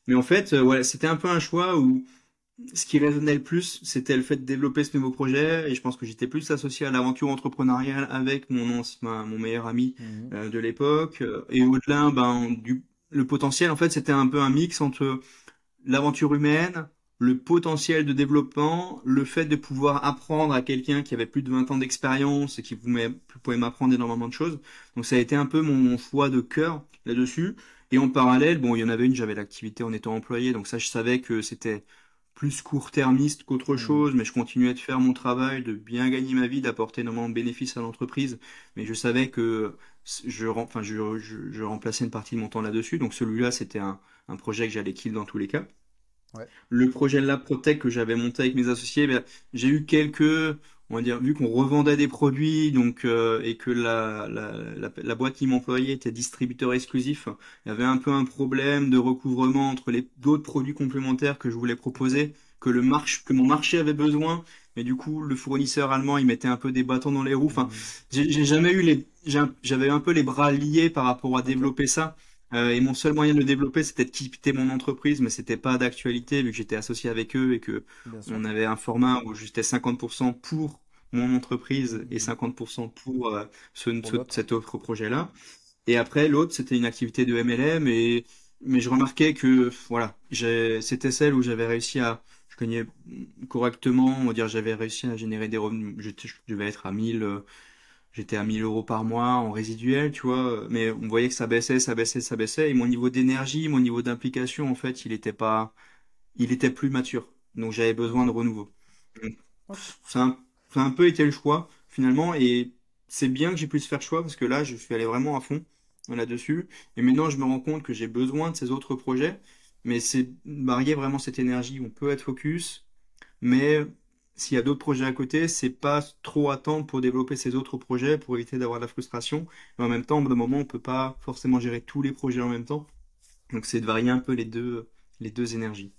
Mais en fait, euh, ouais, c'était un peu un choix où ce qui résonnait le plus, c'était le fait de développer ce nouveau projet. Et je pense que j'étais plus associé à l'aventure entrepreneuriale avec mon, anci- ma- mon meilleur ami Mhm. euh, de l'époque. Euh, Et au-delà, ben, du, le potentiel, en fait, c'était un peu un mix entre l'aventure humaine, le potentiel de développement, le fait de pouvoir apprendre à quelqu'un qui avait plus de vingt ans d'expérience et qui pouvait, pouvait m'apprendre énormément de choses. Donc ça a été un peu mon, mon choix de cœur là-dessus. Et en parallèle, bon, il y en avait une, j'avais l'activité en étant employé, donc ça, je savais que c'était plus court-termiste qu'autre Mhm. chose, mais je continuais de faire mon travail, de bien gagner ma vie, d'apporter énormément de bénéfices à l'entreprise. Mais je savais que je, rem- enfin, je, je, je remplaçais une partie de mon temps là-dessus, donc celui-là, c'était un, un projet que j'allais kill dans tous les cas. Ouais. Le projet Lab Protect que j'avais monté avec mes associés, ben, j'ai eu quelques, on va dire, vu qu'on revendait des produits, donc euh, et que la, la, la, la boîte qui m'employait était distributeur exclusif, il y avait un peu un problème de recouvrement entre les d'autres produits complémentaires que je voulais Ok. proposer, que le marché, que mon marché avait besoin, mais du coup le fournisseur allemand il mettait un peu des bâtons dans les roues. Enfin, Mhm. j'ai j'ai jamais eu les, j'ai un- j'avais un peu les bras liés par rapport à Ok. développer ça. Euh, et mon seul moyen de le développer, c'était de quitter mon entreprise, mais c'était pas d'actualité vu que j'étais associé avec eux et que Bien sûr. on avait un format où j'étais cinquante pour cent pour mon entreprise et Mhm. cinquante pour cent pour euh, ce, Pour ce- l'autre. cet autre projet-là. Et après, l'autre, c'était une activité de M L M et mais je remarquais que voilà, j'ai- c'était celle où j'avais réussi à je gagnais correctement, on va dire, j'avais réussi à générer des revenus. J'étais- Je devais être à mille. J'étais à mille euros par mois en résiduel, tu vois, mais on voyait que ça baissait, ça baissait, ça baissait, et mon niveau d'énergie, mon niveau d'implication, en fait, il était pas, il était plus mature. Donc j'avais besoin Ok. de renouveau. Donc, Ok. ça a, un ça a un peu été le choix, finalement, et c'est bien que j'ai pu se faire choix, parce que là, je suis allé vraiment à fond là-dessus, et maintenant, je me rends compte que j'ai besoin de ces autres projets, mais c'est marier vraiment cette énergie. On peut être focus, mais s'il y a d'autres projets à côté, c'est pas trop attendre pour développer ces autres projets pour éviter d'avoir de la frustration. Mais en même temps, au bout d'un moment, on peut pas forcément gérer tous les projets en même temps. Donc c'est de varier un peu les deux, les deux énergies.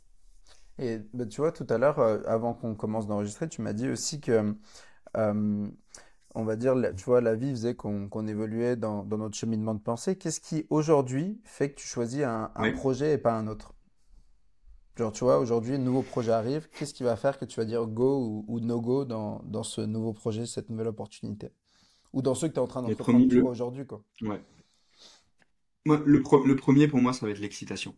Et bah, tu vois, tout à l'heure, euh, avant qu'on commence d'enregistrer, tu m'as dit aussi que, euh, on va dire, la- tu vois, la vie faisait qu'on qu'on évoluait dans, dans notre cheminement de pensée. Qu'est-ce qui, aujourd'hui, fait que tu choisis un, un Ouais. projet et pas un autre? Genre, tu vois, aujourd'hui, un nouveau projet arrive. Qu'est-ce qui va faire que tu vas dire go ou, ou no go dans, dans ce nouveau projet, cette nouvelle opportunité? Ou dans ceux que tu es en train Les d'entreprendre, premiers, tu vois, le, aujourd'hui, quoi. ouais. Moi, le, pro- le premier pour moi, ça va être l'excitation.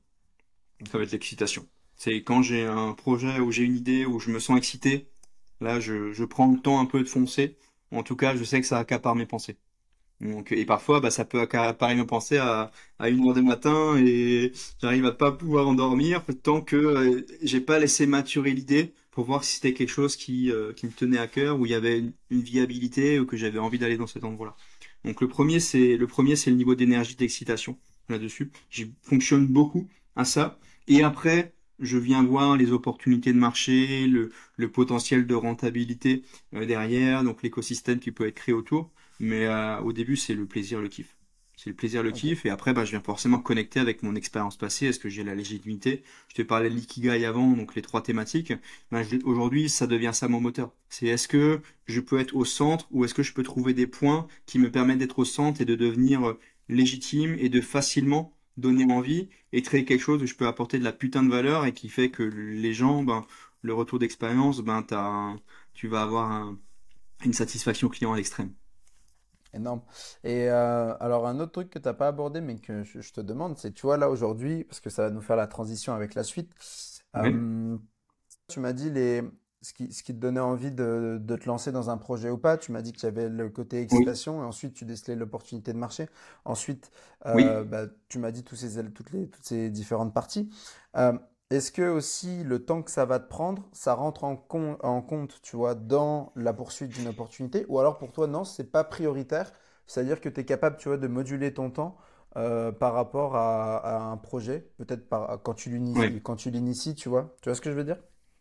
Ça Ok. va être l'excitation. C'est quand j'ai un projet ou j'ai une idée où je me sens excité, là, je, je prends le temps un peu de foncer. En tout cas, je sais que ça accapare mes pensées. Donc, et parfois, bah, ça peut accaparer mes pensées à, à une heure du matin et j'arrive à pas pouvoir endormir tant que euh, j'ai pas laissé maturer l'idée pour voir si c'était quelque chose qui, euh, qui me tenait à cœur, où il y avait une, une viabilité ou que j'avais envie d'aller dans cet endroit-là. Donc le premier, c'est le premier, c'est le niveau d'énergie, d'excitation là-dessus. J'y fonctionne beaucoup à ça. Et après, je viens voir les opportunités de marché, le, le potentiel de rentabilité euh, derrière, donc l'écosystème qui peut être créé autour. Mais euh, au début, c'est le plaisir, le kiff. C'est le plaisir, le Ok. kiff. Et après, bah, je viens forcément connecter avec mon expérience passée. Est-ce que j'ai la légitimité? Je te parlais de l'ikigai avant, donc les trois thématiques. Ben, je- aujourd'hui, ça devient ça mon moteur. C'est est-ce que je peux être au centre ou est-ce que je peux trouver des points qui me permettent d'être au centre et de devenir euh, légitime et de facilement donner envie et créer quelque chose où je peux apporter de la putain de valeur et qui fait que les gens, ben, le retour d'expérience, ben, t'as un- tu vas avoir un- une satisfaction client à l'extrême. Énorme. Et euh, alors, un autre truc que tu n'as pas abordé, mais que je, je te demande, c'est, tu vois, là, aujourd'hui, parce que ça va nous faire la transition avec la suite, Ouais. euh, tu m'as dit les, ce qui, ce qui te donnait envie de, de te lancer dans un projet ou pas. Tu m'as dit qu'il y avait le côté Oui. excitation et ensuite tu décelais l'opportunité de marché. Ensuite, euh, Oui. bah, tu m'as dit tous ces, toutes les, toutes ces différentes parties. Euh, est-ce que aussi le temps que ça va te prendre, ça rentre en, com- en compte, tu vois, dans la poursuite d'une opportunité? Ou alors pour toi, non, c'est pas prioritaire. C'est-à-dire que tu es capable, tu vois, de moduler ton temps euh, par rapport à, à un projet, peut-être par, quand tu Ouais. l'inities, quand tu l'inities, tu vois. Tu vois ce que je veux dire?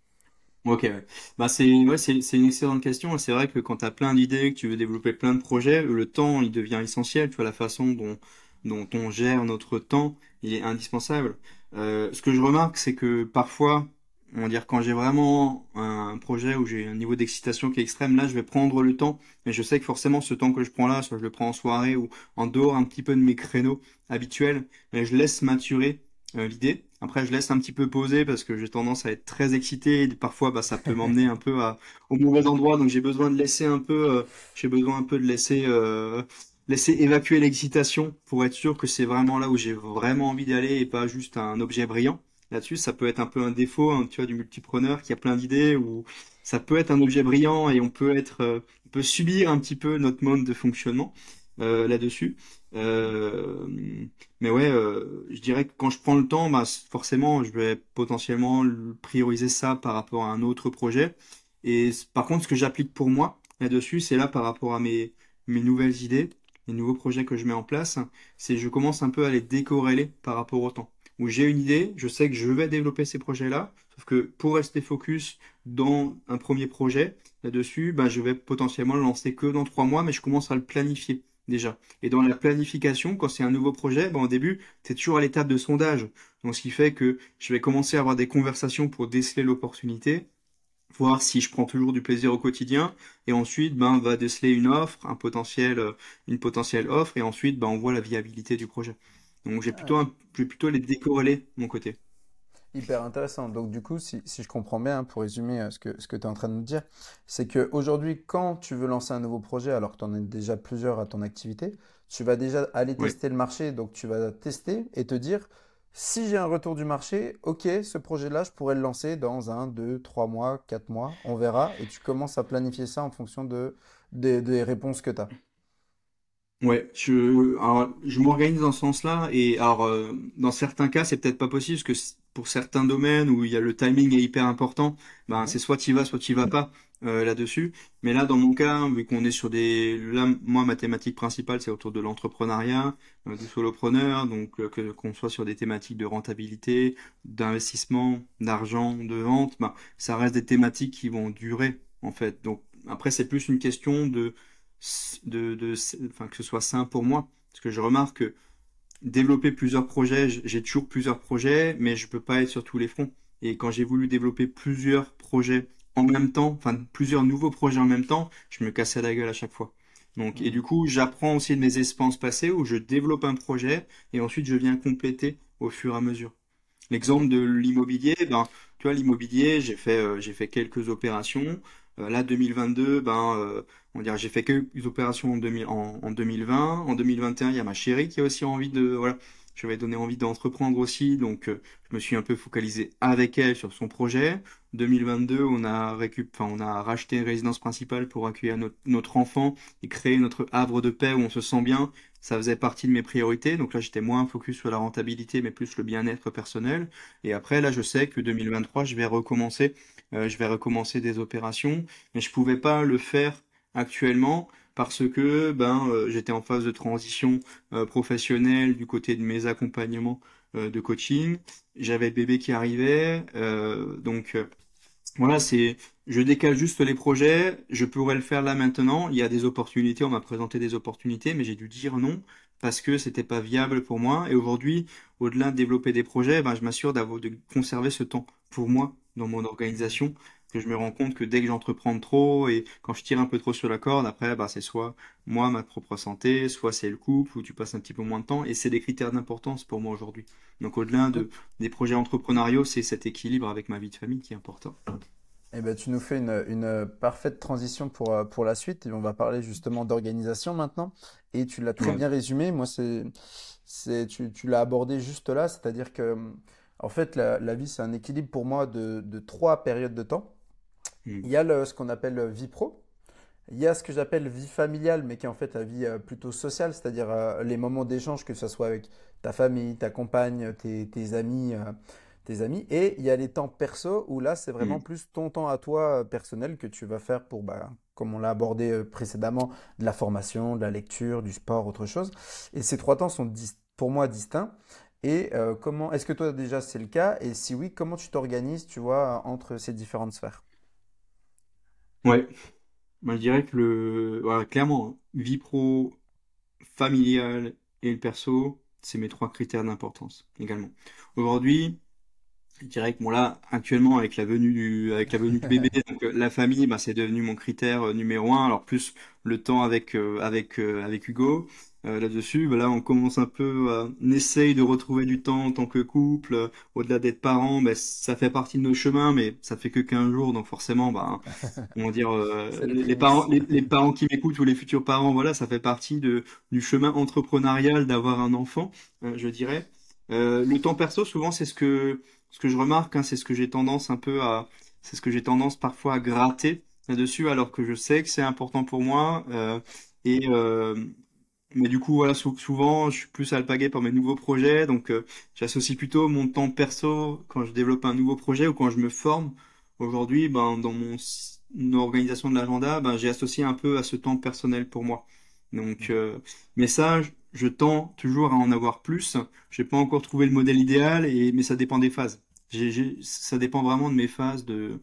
Ok, ouais. Bah c'est ouais, c'est c'est une excellente question. C'est vrai que quand tu as plein d'idées, que tu veux développer plein de projets, le temps, il devient essentiel. Tu vois, la façon dont, dont on gère notre temps, il est indispensable. Euh, ce que je remarque, c'est que parfois, on va dire, quand j'ai vraiment un projet où j'ai un niveau d'excitation qui est extrême, là, je vais prendre le temps. Mais je sais que forcément, ce temps que je prends là, soit je le prends en soirée ou en dehors un petit peu de mes créneaux habituels, mais je laisse maturer euh, l'idée. Après, je laisse un petit peu poser parce que j'ai tendance à être très excité. Et parfois, bah, ça peut m'emmener un peu à, au mauvais endroit. Donc, j'ai besoin de laisser un peu, euh, j'ai besoin un peu de laisser, euh, laisser évacuer l'excitation pour être sûr que c'est vraiment là où j'ai vraiment envie d'aller et pas juste un objet brillant. Là-dessus, ça peut être un peu un défaut, hein, tu vois, du multipreneur qui a plein d'idées ou ça peut être un objet brillant et on peut être, euh, on peut subir un petit peu notre mode de fonctionnement euh, là-dessus. Euh, mais ouais, euh, je dirais que quand je prends le temps, bah, c- forcément, je vais potentiellement le- prioriser ça par rapport à un autre projet. Et c- par contre, ce que j'applique pour moi là-dessus, c'est là par rapport à mes, mes nouvelles idées, les nouveaux projets que je mets en place, c'est je commence un peu à les décorréler par rapport au temps. Où j'ai une idée, je sais que je vais développer ces projets-là, sauf que pour rester focus dans un premier projet, là-dessus, bah, je vais potentiellement le lancer que dans trois mois, mais je commence à le planifier déjà. Et dans la planification, quand c'est un nouveau projet, ben, au début, c'est toujours à l'étape de sondage. Donc, ce qui fait que je vais commencer à avoir des conversations pour déceler l'opportunité, voir si je prends toujours du plaisir au quotidien. Et ensuite, ben, on va déceler une offre, un potentiel, euh, une potentielle offre. Et ensuite, ben, on voit la viabilité du projet. Donc, j'ai plutôt, un- je vais plutôt les décorréler de mon côté. Hyper intéressant. Donc du coup, si, si je comprends bien, hein, pour résumer euh, ce que, ce que tu es en train de nous dire, c'est qu'aujourd'hui, quand tu veux lancer un nouveau projet, alors que tu en as déjà plusieurs à ton activité, tu vas déjà aller Oui. tester le marché. Donc tu vas tester et te dire, si j'ai un retour du marché, ok, ce projet-là, je pourrais le lancer dans un, deux, trois mois, quatre mois, on verra. Et tu commences à planifier ça en fonction de, des, des réponses que tu as. Ouais, je, alors, je m'organise dans ce sens-là et alors euh, dans certains cas c'est peut-être pas possible parce que c- pour certains domaines où il y a le timing est hyper important, ben c'est soit tu y vas soit tu y vas pas euh, là-dessus. Mais là dans mon cas, vu qu'on est sur des, là moi ma thématique principale c'est autour de l'entrepreneuriat, euh, du solopreneur, donc euh, que qu'on soit sur des thématiques de rentabilité, d'investissement, d'argent, de vente, ben ça reste des thématiques qui vont durer en fait. Donc après c'est plus une question de de, de, enfin, que ce soit sain pour moi. Parce que je remarque que développer plusieurs projets, j- j'ai toujours plusieurs projets, mais je peux pas être sur tous les fronts. Et quand j'ai voulu développer plusieurs projets en même temps, enfin plusieurs nouveaux projets en même temps, je me cassais la gueule à chaque fois. Donc, et du Hmm. coup, j'apprends aussi de mes expériences passées où je développe un projet et ensuite je viens compléter au fur et à mesure. L'exemple Ok. de l'immobilier, ben, tu vois, l'immobilier, j'ai fait, euh, j'ai fait quelques opérations. Euh, là, deux mille vingt-deux, ben, euh, on dirait, j'ai fait quelques opérations en, deux mille en, en deux mille vingt. En deux mille vingt et un, il y a ma chérie qui a aussi envie de, voilà, je vais donner envie d'entreprendre aussi. Donc, euh, je me suis un peu focalisé avec elle sur son projet. deux mille vingt-deux, on a récup, enfin, on a racheté une résidence principale pour accueillir notre, notre enfant et créer notre havre de paix où on se sent bien. Ça faisait partie de mes priorités. Donc là, j'étais moins focus sur la rentabilité, mais plus le bien-être personnel. Et après, là, je sais que deux mille vingt-trois, je vais recommencer, euh, je vais recommencer des opérations, mais je pouvais pas le faire actuellement parce que ben euh, j'étais en phase de transition euh, professionnelle du côté de mes accompagnements euh, de coaching. J'avais le bébé qui arrivait, euh, donc euh, voilà, c'est, je décale juste les projets, je pourrais le faire là maintenant. Il y a des opportunités, on m'a présenté des opportunités, mais j'ai dû dire non parce que c'était pas viable pour moi. Et aujourd'hui, au-delà de développer des projets, ben, je m'assure d'avoir, de conserver ce temps pour moi dans mon organisation. Que je me rends compte que dès que j'entreprends trop et quand je tire un peu trop sur la corde, après, bah, c'est soit moi, ma propre santé, soit c'est le couple où tu passes un petit peu moins de temps. Et c'est des critères d'importance pour moi aujourd'hui. Donc, au-delà de, Écoute, des projets entrepreneuriaux, c'est cet équilibre avec ma vie de famille qui est important. eh ben, tu nous fais une, une parfaite transition pour, euh, pour la suite. Et on va parler justement d'organisation maintenant. Et tu l'as très Ouais. bien résumé. Moi, c'est, c'est, tu, tu l'as abordé juste là. C'est-à-dire que, en fait, la, la vie, c'est un équilibre pour moi de, de trois périodes de temps. Il Mm. y a le- ce qu'on appelle euh, vie pro. Il y a ce que j'appelle vie familiale, mais qui est en fait la vie euh, plutôt sociale, c'est-à-dire euh, les moments d'échange, que ce soit avec ta famille, ta compagne, tes, tes amis, euh, tes amis. Et il y a les temps perso, où là, c'est vraiment Mm. plus ton temps à toi euh, personnel que tu vas faire pour, bah, comme on l'a abordé euh, précédemment, de la formation, de la lecture, du sport, autre chose. Et ces trois temps sont dis- pour moi distincts. Et euh, comment, est-ce que toi déjà c'est le cas? Et si oui, comment tu t'organises, tu vois, entre ces différentes sphères? Ouais, moi je dirais que le, voilà, clairement, hein, vie pro, familiale et le perso, c'est mes trois critères d'importance également. Aujourd'hui, je dirais que bon là, actuellement avec la venue du, avec la venue du bébé, donc euh, la famille, bah, c'est devenu mon critère euh, numéro un. Alors plus le temps avec euh, avec euh, avec Hugo. euh, là-dessus. Bah là, on commence un peu, à- on essaye de retrouver du temps en tant que couple. Euh, au-delà d'être parents, bah, ça fait partie de nos chemins, mais ça fait que quinze jours, donc forcément, bah, comment dire, euh, C'est les les, les parents, prémices. les, les parents qui m'écoutent ou les futurs parents, voilà, ça fait partie de, du chemin entrepreneurial d'avoir un enfant, euh, je dirais. Euh, le temps perso, souvent, c'est ce que, ce que je remarque, hein, c'est ce que j'ai tendance un peu à, c'est ce que j'ai tendance parfois à gratter là-dessus, alors que je sais que c'est important pour moi. Euh, et, euh, mais du coup, voilà, sou- souvent, je suis plus alpagué par mes nouveaux projets, donc euh, j'associe plutôt mon temps perso quand je développe un nouveau projet ou quand je me forme. Aujourd'hui, ben, dans mon s- mon organisation de l'agenda, ben, j'ai associé un peu à ce temps personnel pour moi. Donc, Mhm. euh, mais ça, je je tends toujours à en avoir plus. J'ai pas encore trouvé le modèle idéal, et, mais ça dépend des phases. J'ai, j'ai- ça dépend vraiment de mes phases de,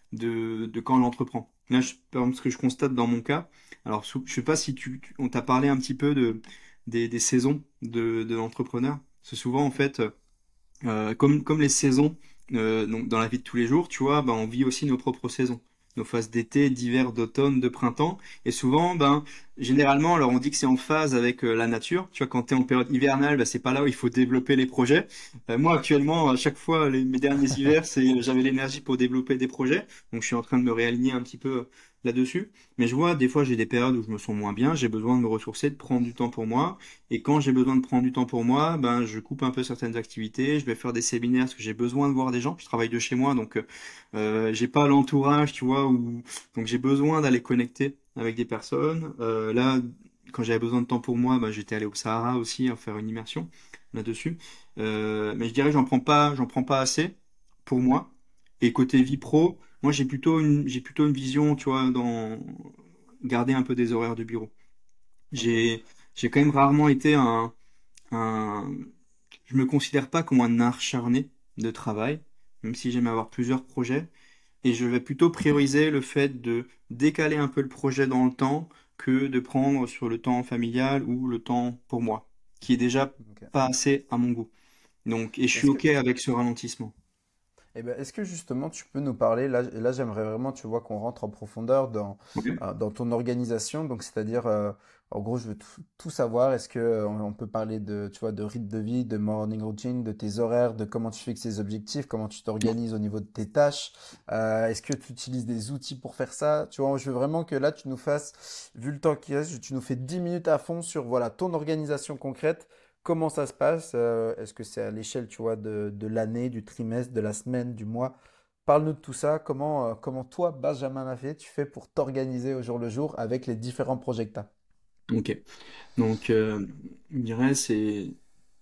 de, de quand j'entreprends. Là, je, par exemple, ce que je constate dans mon cas, alors sou- je sais pas si tu, tu- on t'a parlé un petit peu de, des, des saisons de, de l'entrepreneur. C'est souvent en fait, euh, comme, comme les saisons euh, donc dans la vie de tous les jours, tu vois, ben, on vit aussi nos propres saisons. Nos phases d'été, d'hiver, d'automne, de printemps. Et souvent, ben, généralement, alors on dit que c'est en phase avec euh, la nature. Tu vois, quand tu es en période hivernale, ben, c'est pas là où il faut développer les projets. Euh, moi, actuellement, à chaque fois, les, mes derniers hivers, c'est, j'avais l'énergie pour développer des projets. Donc, je suis en train de me réaligner un petit peu euh, là-dessus. Mais je vois, des fois, j'ai des périodes où je me sens moins bien. J'ai besoin de me ressourcer, de prendre du temps pour moi. Et quand j'ai besoin de prendre du temps pour moi, ben, je coupe un peu certaines activités. Je vais faire des séminaires parce que j'ai besoin de voir des gens. Je travaille de chez moi, donc euh, euh, j'ai pas l'entourage, tu vois, où... donc j'ai besoin d'aller connecter avec des personnes. Euh, là, quand j'avais besoin de temps pour moi, ben, j'étais allé au Sahara aussi à faire une immersion là-dessus. Euh, mais je dirais que j'en prends pas, j'en prends pas assez pour moi. Et côté vie pro, moi j'ai plutôt une, j'ai plutôt une vision, tu vois, dans garder un peu des horaires de bureau. Ok. J'ai, j'ai quand même rarement été un un... Je me considère pas comme un acharné de travail, même si j'aime avoir plusieurs projets, et je vais plutôt prioriser le fait de décaler un peu le projet dans le temps que de prendre sur le temps familial ou le temps pour moi, qui est déjà Ok. pas assez à mon goût. Donc, et je suis Est-ce que, OK avec ce ralentissement. eh ben, est-ce que justement tu peux nous parler, là, là j'aimerais vraiment, tu vois, qu'on rentre en profondeur dans, Ok. euh, dans ton organisation, donc c'est-à-dire, euh, en gros, je veux tout, tout savoir, est-ce que euh, on on peut parler de, tu vois, de rythme de vie, de morning routine, de tes horaires, de comment tu fixes tes objectifs, comment tu t'organises au niveau de tes tâches, euh, est-ce que tu utilises des outils pour faire ça, tu vois, je veux vraiment que là tu nous fasses, vu le temps qui reste, tu nous fais dix minutes à fond sur, voilà, ton organisation concrète. Comment ça se passe? Euh, est-ce que c'est à l'échelle, tu vois, de, de l'année, du trimestre, de la semaine, du mois? Parle-nous de tout ça. Comment, euh, comment toi, Benjamin Maffé, tu fais pour t'organiser au jour le jour avec les différents projets que tu as? Ok. Donc, euh, je dirais, c'est,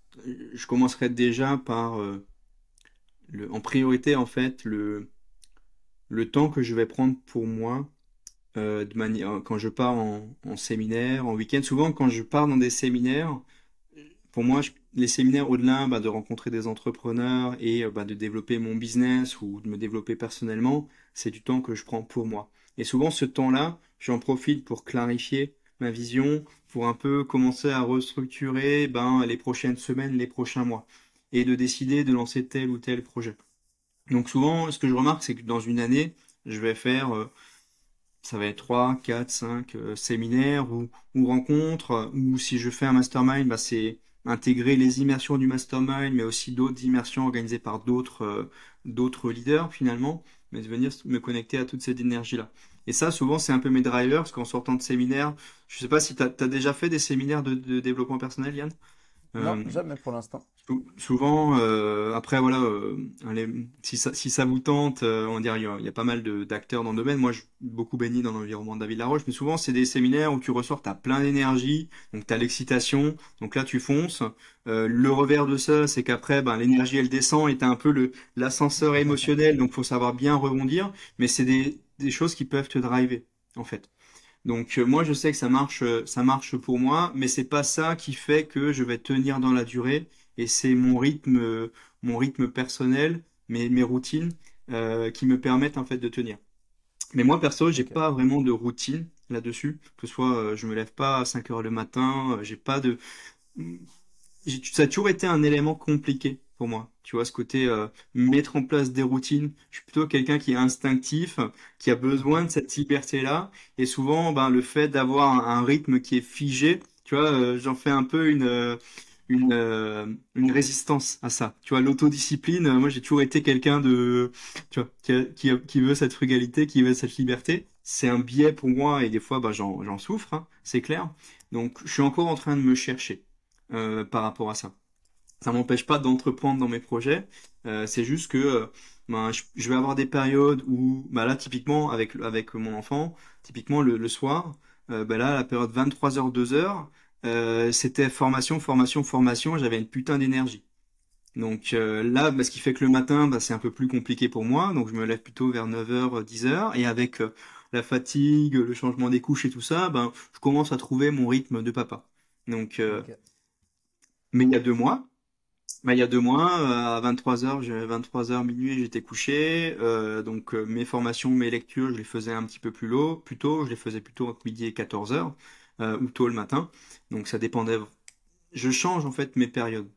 je commencerai déjà par, euh, le, en priorité, en fait, le, le temps que je vais prendre pour moi euh, de manière, quand je pars en, en séminaire, en week-end. Souvent, quand je pars dans des séminaires, pour moi, je- les séminaires, au-delà bah, de rencontrer des entrepreneurs et euh, bah, de développer mon business ou de me développer personnellement, c'est du temps que je prends pour moi. Et souvent, ce temps-là, j'en profite pour clarifier ma vision, pour un peu commencer à restructurer ben, les prochaines semaines, les prochains mois, et de décider de lancer tel ou tel projet. Donc souvent, ce que je remarque, c'est que dans une année, je vais faire euh, ça va être trois, quatre, cinq euh, séminaires ou, ou rencontres, euh, ou si je fais un mastermind, bah, c'est intégrer les immersions du mastermind, mais aussi d'autres immersions organisées par d'autres euh, d'autres leaders finalement, mais de venir me connecter à toute cette énergie-là. Et ça, souvent, c'est un peu mes drivers, parce qu'en sortant de séminaire, je sais pas si tu as, déjà fait des séminaires de, de développement personnel, Yann? Non, Euh, jamais pour l'instant. Sou- Souvent, euh, après, voilà, euh, allez, si ça, si ça vous tente, euh, on dirait, il y a, il y a pas mal de- d'acteurs dans le domaine. Moi, je suis beaucoup baigné dans l'environnement de David Laroche, mais souvent, c'est des séminaires où tu ressors, t'as plein d'énergie, donc t'as l'excitation, donc là, tu fonces. Euh, le revers de ça, c'est qu'après, ben, l'énergie, elle descend et t'as un peu le, l'ascenseur émotionnel, donc faut savoir bien rebondir, mais c'est des, des choses qui peuvent te driver, en fait. Donc euh, moi je sais que ça marche, euh, ça marche pour moi, mais c'est pas ça qui fait que je vais tenir dans la durée. Et c'est mon rythme, euh, mon rythme personnel, mes, mes routines euh, qui me permettent en fait de tenir. Mais moi perso, j'ai Ok. pas vraiment de routine là-dessus. Que ce soit, euh, je me lève pas à cinq heures le matin, euh, j'ai pas de, j'ai- ça a toujours été un élément compliqué pour moi. Tu vois, ce côté euh, mettre en place des routines. Je suis plutôt quelqu'un qui est instinctif, qui a besoin Mhm. de cette liberté-là. Et souvent, ben, le fait d'avoir un, un rythme qui est figé, Tu vois, euh, j'en fais un peu une, euh, une, euh, une résistance à ça. Tu vois, l'autodiscipline, euh, moi j'ai toujours été quelqu'un de, tu vois, qui, a- qui, a- qui veut cette frugalité, qui veut cette liberté. C'est un biais pour moi et des fois, bah, j'en, j'en souffre, hein, c'est clair. Donc, je suis encore en train de me chercher euh, par rapport à ça. Ça m'empêche pas d'entreprendre dans mes projets. Euh, c'est juste que euh, ben, je, je vais avoir des périodes où, bah là, typiquement, avec, avec mon enfant, typiquement le, le soir, euh, bah là, la période vingt-trois heures deux heures, euh, c'était formation, formation, formation, j'avais une putain d'énergie. Donc euh, là, bah, ce qui fait que le matin, bah, c'est un peu plus compliqué pour moi, donc je me lève plutôt vers neuf heures, dix heures, et avec euh, la fatigue, le changement des couches et tout ça, ben, je commence à trouver mon rythme de papa. Donc, euh, Ok. mais il y a deux mois, bah, il y a deux mois, euh, à vingt-trois heures, vingt-trois heures minuit, j'étais couché. Euh, donc euh, mes formations, mes lectures, je les faisais un petit peu plus tôt, plus tôt. Je les faisais plutôt entre midi et quatorze heures, euh, ou tôt le matin. Donc ça dépendait. Je change en fait mes périodes.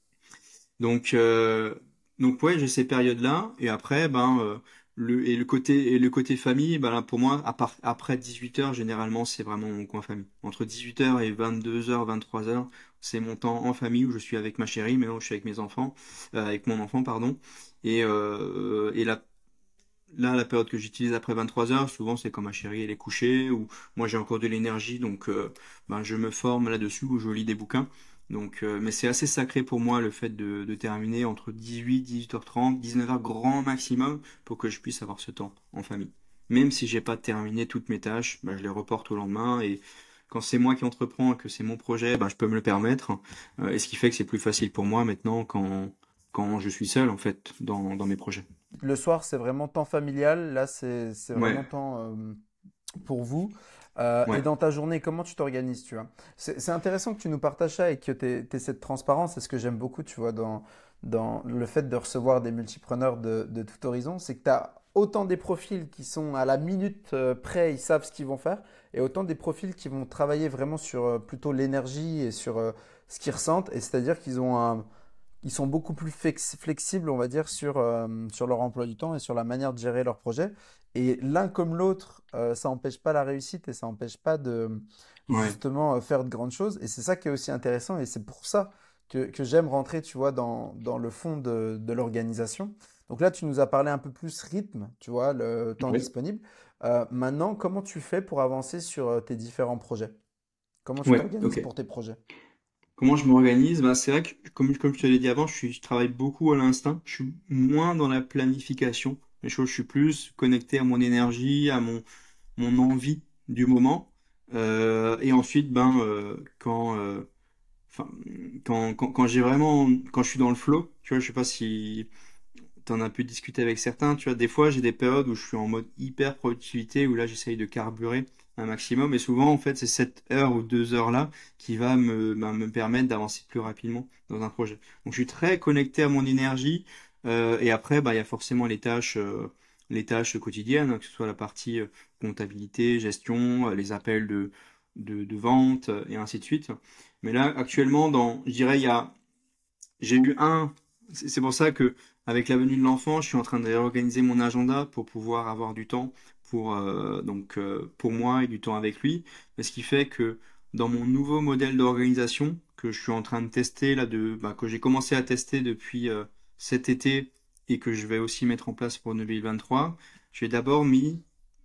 Donc, euh, donc ouais, j'ai ces périodes-là. Et après, ben, euh, le, et le côté, et le côté famille, ben là, pour moi, à part, après dix-huit heures, généralement, c'est vraiment mon coin famille. Entre dix-huit heures et vingt-deux heures, vingt-trois heures, c'est mon temps en famille où je suis avec ma chérie, mais non, je suis avec mes enfants, euh, avec mon enfant, pardon. Et, euh, et là, là, la période que j'utilise après vingt-trois heures, souvent, c'est quand ma chérie, elle est couchée, ou moi, j'ai encore de l'énergie, donc, euh, ben, je me forme là-dessus, ou je lis des bouquins. Donc, euh, mais c'est assez sacré pour moi le fait de, de terminer entre dix-huit, dix-huit heures trente, dix-neuf heures grand maximum pour que je puisse avoir ce temps en famille. Même si j'ai pas terminé toutes mes tâches, bah, je les reporte au lendemain et quand c'est moi qui entreprends et que c'est mon projet, bah, je peux me le permettre. Euh, et ce qui fait que c'est plus facile pour moi maintenant quand, quand je suis seul en fait dans, dans mes projets. Le soir, c'est vraiment temps familial. Là, c'est c'est Ouais, vraiment temps euh, pour vous. Euh, et ouais, dans ta journée, comment tu t'organises, tu vois? C'est c'est intéressant que tu nous partages ça et que tu aies cette transparence. C'est ce que j'aime beaucoup, tu vois, dans, dans le fait de recevoir des multipreneurs de, de tout horizon. C'est que tu as autant des profils qui sont à la minute euh, près, ils savent ce qu'ils vont faire, et autant des profils qui vont travailler vraiment sur euh, plutôt l'énergie et sur euh, ce qu'ils ressentent. Et c'est-à-dire qu'ils ont un, ils sont beaucoup plus flex- flexibles, on va dire, sur, euh, sur leur emploi du temps et sur la manière de gérer leur projet. Et l'un comme l'autre, euh, ça n'empêche pas la réussite et ça n'empêche pas de ouais, justement euh, faire de grandes choses. Et c'est ça qui est aussi intéressant et c'est pour ça que, que j'aime rentrer, tu vois, dans, dans le fond de, de l'organisation. Donc là, tu nous as parlé un peu plus rythme, tu vois, le temps ouais, disponible. Euh, maintenant, comment tu fais pour avancer sur euh, tes différents projets? Comment tu ouais, t'organises ok. pour tes projets? Comment je m'organise? Ben, c'est vrai que, comme, comme je te l'ai dit avant, je suis, je travaille beaucoup à l'instinct. Je suis moins dans la planification des choses. Je suis plus connecté à mon énergie, à mon, mon envie du moment. Euh, et ensuite, ben, euh, quand, euh, enfin, quand, quand, quand j'ai vraiment, quand je suis dans le flow, tu vois, je sais pas si t'en as pu discuter avec certains, tu vois, des fois j'ai des périodes où je suis en mode hyper productivité, où là j'essaye de carburer un maximum, et souvent en fait c'est cette heure ou deux heures là qui va me, bah, me permettre d'avancer plus rapidement dans un projet. Donc je suis très connecté à mon énergie, euh, et après bah il y a forcément les tâches, euh, les tâches quotidiennes, hein, que ce soit la partie euh, comptabilité, gestion, euh, les appels de, de, de vente, euh, et ainsi de suite. Mais là actuellement dans, je dirais il y a j'ai eu un. C'est c'est pour ça que, avec la venue de l'enfant, je suis en train de réorganiser mon agenda pour pouvoir avoir du temps pour, euh, donc, euh, pour moi et du temps avec lui. Mais ce qui fait que dans mon nouveau modèle d'organisation que je suis en train de tester, là, de, bah, que j'ai commencé à tester depuis euh, cet été et que je vais aussi mettre en place pour deux mille vingt-trois, j'ai d'abord mis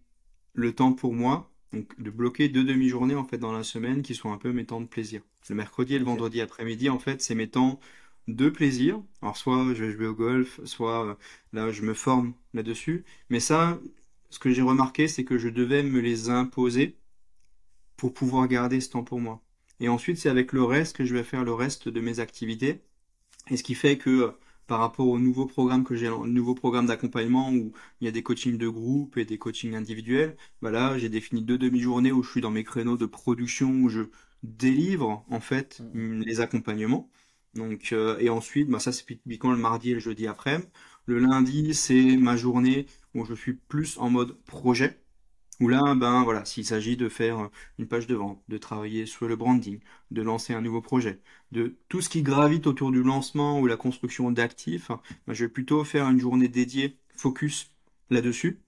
le temps pour moi, donc de bloquer deux demi-journées en fait dans la semaine qui sont un peu mes temps de plaisir. Le mercredi et le Ok. vendredi après-midi, en fait, c'est mes temps de plaisir. Alors soit je vais jouer au golf, soit euh, là je me forme là-dessus. Mais ça, ce que j'ai remarqué, c'est que je devais me les imposer pour pouvoir garder ce temps pour moi. Et ensuite, c'est avec le reste que je vais faire le reste de mes activités. Et ce qui fait que euh, par rapport au nouveau programme que j'ai, le nouveau programme d'accompagnement où il y a des coachings de groupe et des coachings individuels, bah là, j'ai défini deux demi-journées où je suis dans mes créneaux de production où je délivre en fait Mm. hum, les accompagnements. Donc euh, et ensuite, bah ça c'est typiquement le mardi et le jeudi après. Le lundi, c'est ma journée où je suis plus en mode projet. Où là, ben voilà, s'il s'agit de faire euh, une page de vente, de travailler sur le branding, de lancer un nouveau projet, de tout ce qui gravite autour du lancement ou la construction d'actifs, ben, je vais plutôt faire une journée dédiée, focus là-dessus.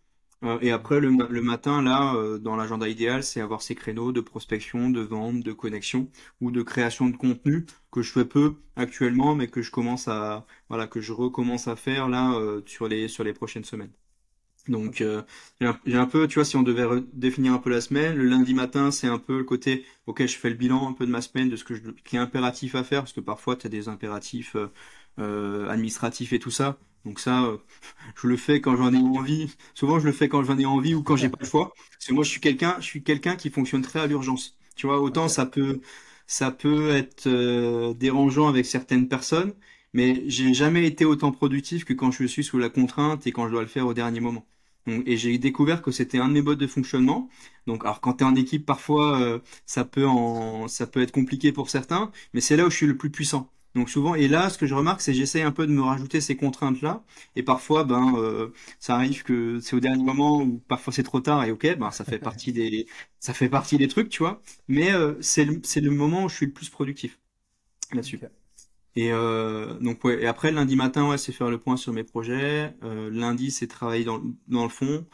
Euh, et après, le, ma- le matin, là, euh, dans l'agenda idéal, c'est avoir ces créneaux de prospection, de vente, de connexion ou de création de contenu que je fais peu actuellement, mais que je commence à, voilà, que je recommence à faire là, euh, sur les, sur les prochaines semaines. Donc, Ok. euh, j'ai un, j'ai un peu, tu vois, si on devait re- définir un peu la semaine, le lundi matin, c'est un peu le côté, ok, je fais le bilan un peu de ma semaine, de ce que je, qui est impératif à faire, parce que parfois, tu as des impératifs euh, euh, administratifs et tout ça. Donc ça, euh, je le fais quand j'en ai envie. Souvent, je le fais quand j'en ai envie ou quand j'ai pas le choix. Parce que moi, je suis quelqu'un, je suis quelqu'un qui fonctionne très à l'urgence. Tu vois, autant Ok. ça peut, ça peut être euh, dérangeant avec certaines personnes, mais j'ai jamais été autant productif que quand je suis sous la contrainte et quand je dois le faire au dernier moment. Donc, et j'ai découvert que c'était un de mes modes de fonctionnement. Donc, alors quand tu es en équipe, parfois, euh, ça peut en, ça peut être compliqué pour certains, mais c'est là où je suis le plus puissant. Donc souvent, et là, ce que je remarque, c'est que j'essaye un peu de me rajouter ces contraintes-là. Et parfois, ben, euh, ça arrive que c'est au dernier moment ou parfois c'est trop tard. Et ok, ben, ça fait partie des, ça fait partie des trucs, tu vois. Mais euh, c'est le, c'est le moment où je suis le plus productif là-dessus. Ok. Et euh, donc ouais, et après lundi matin, ouais, c'est faire le point sur mes projets. Euh, lundi, c'est travailler dans, le- dans le fond.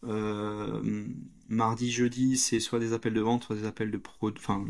Euh, Mardi, jeudi, c'est soit des appels de vente, soit des appels de pro, enfin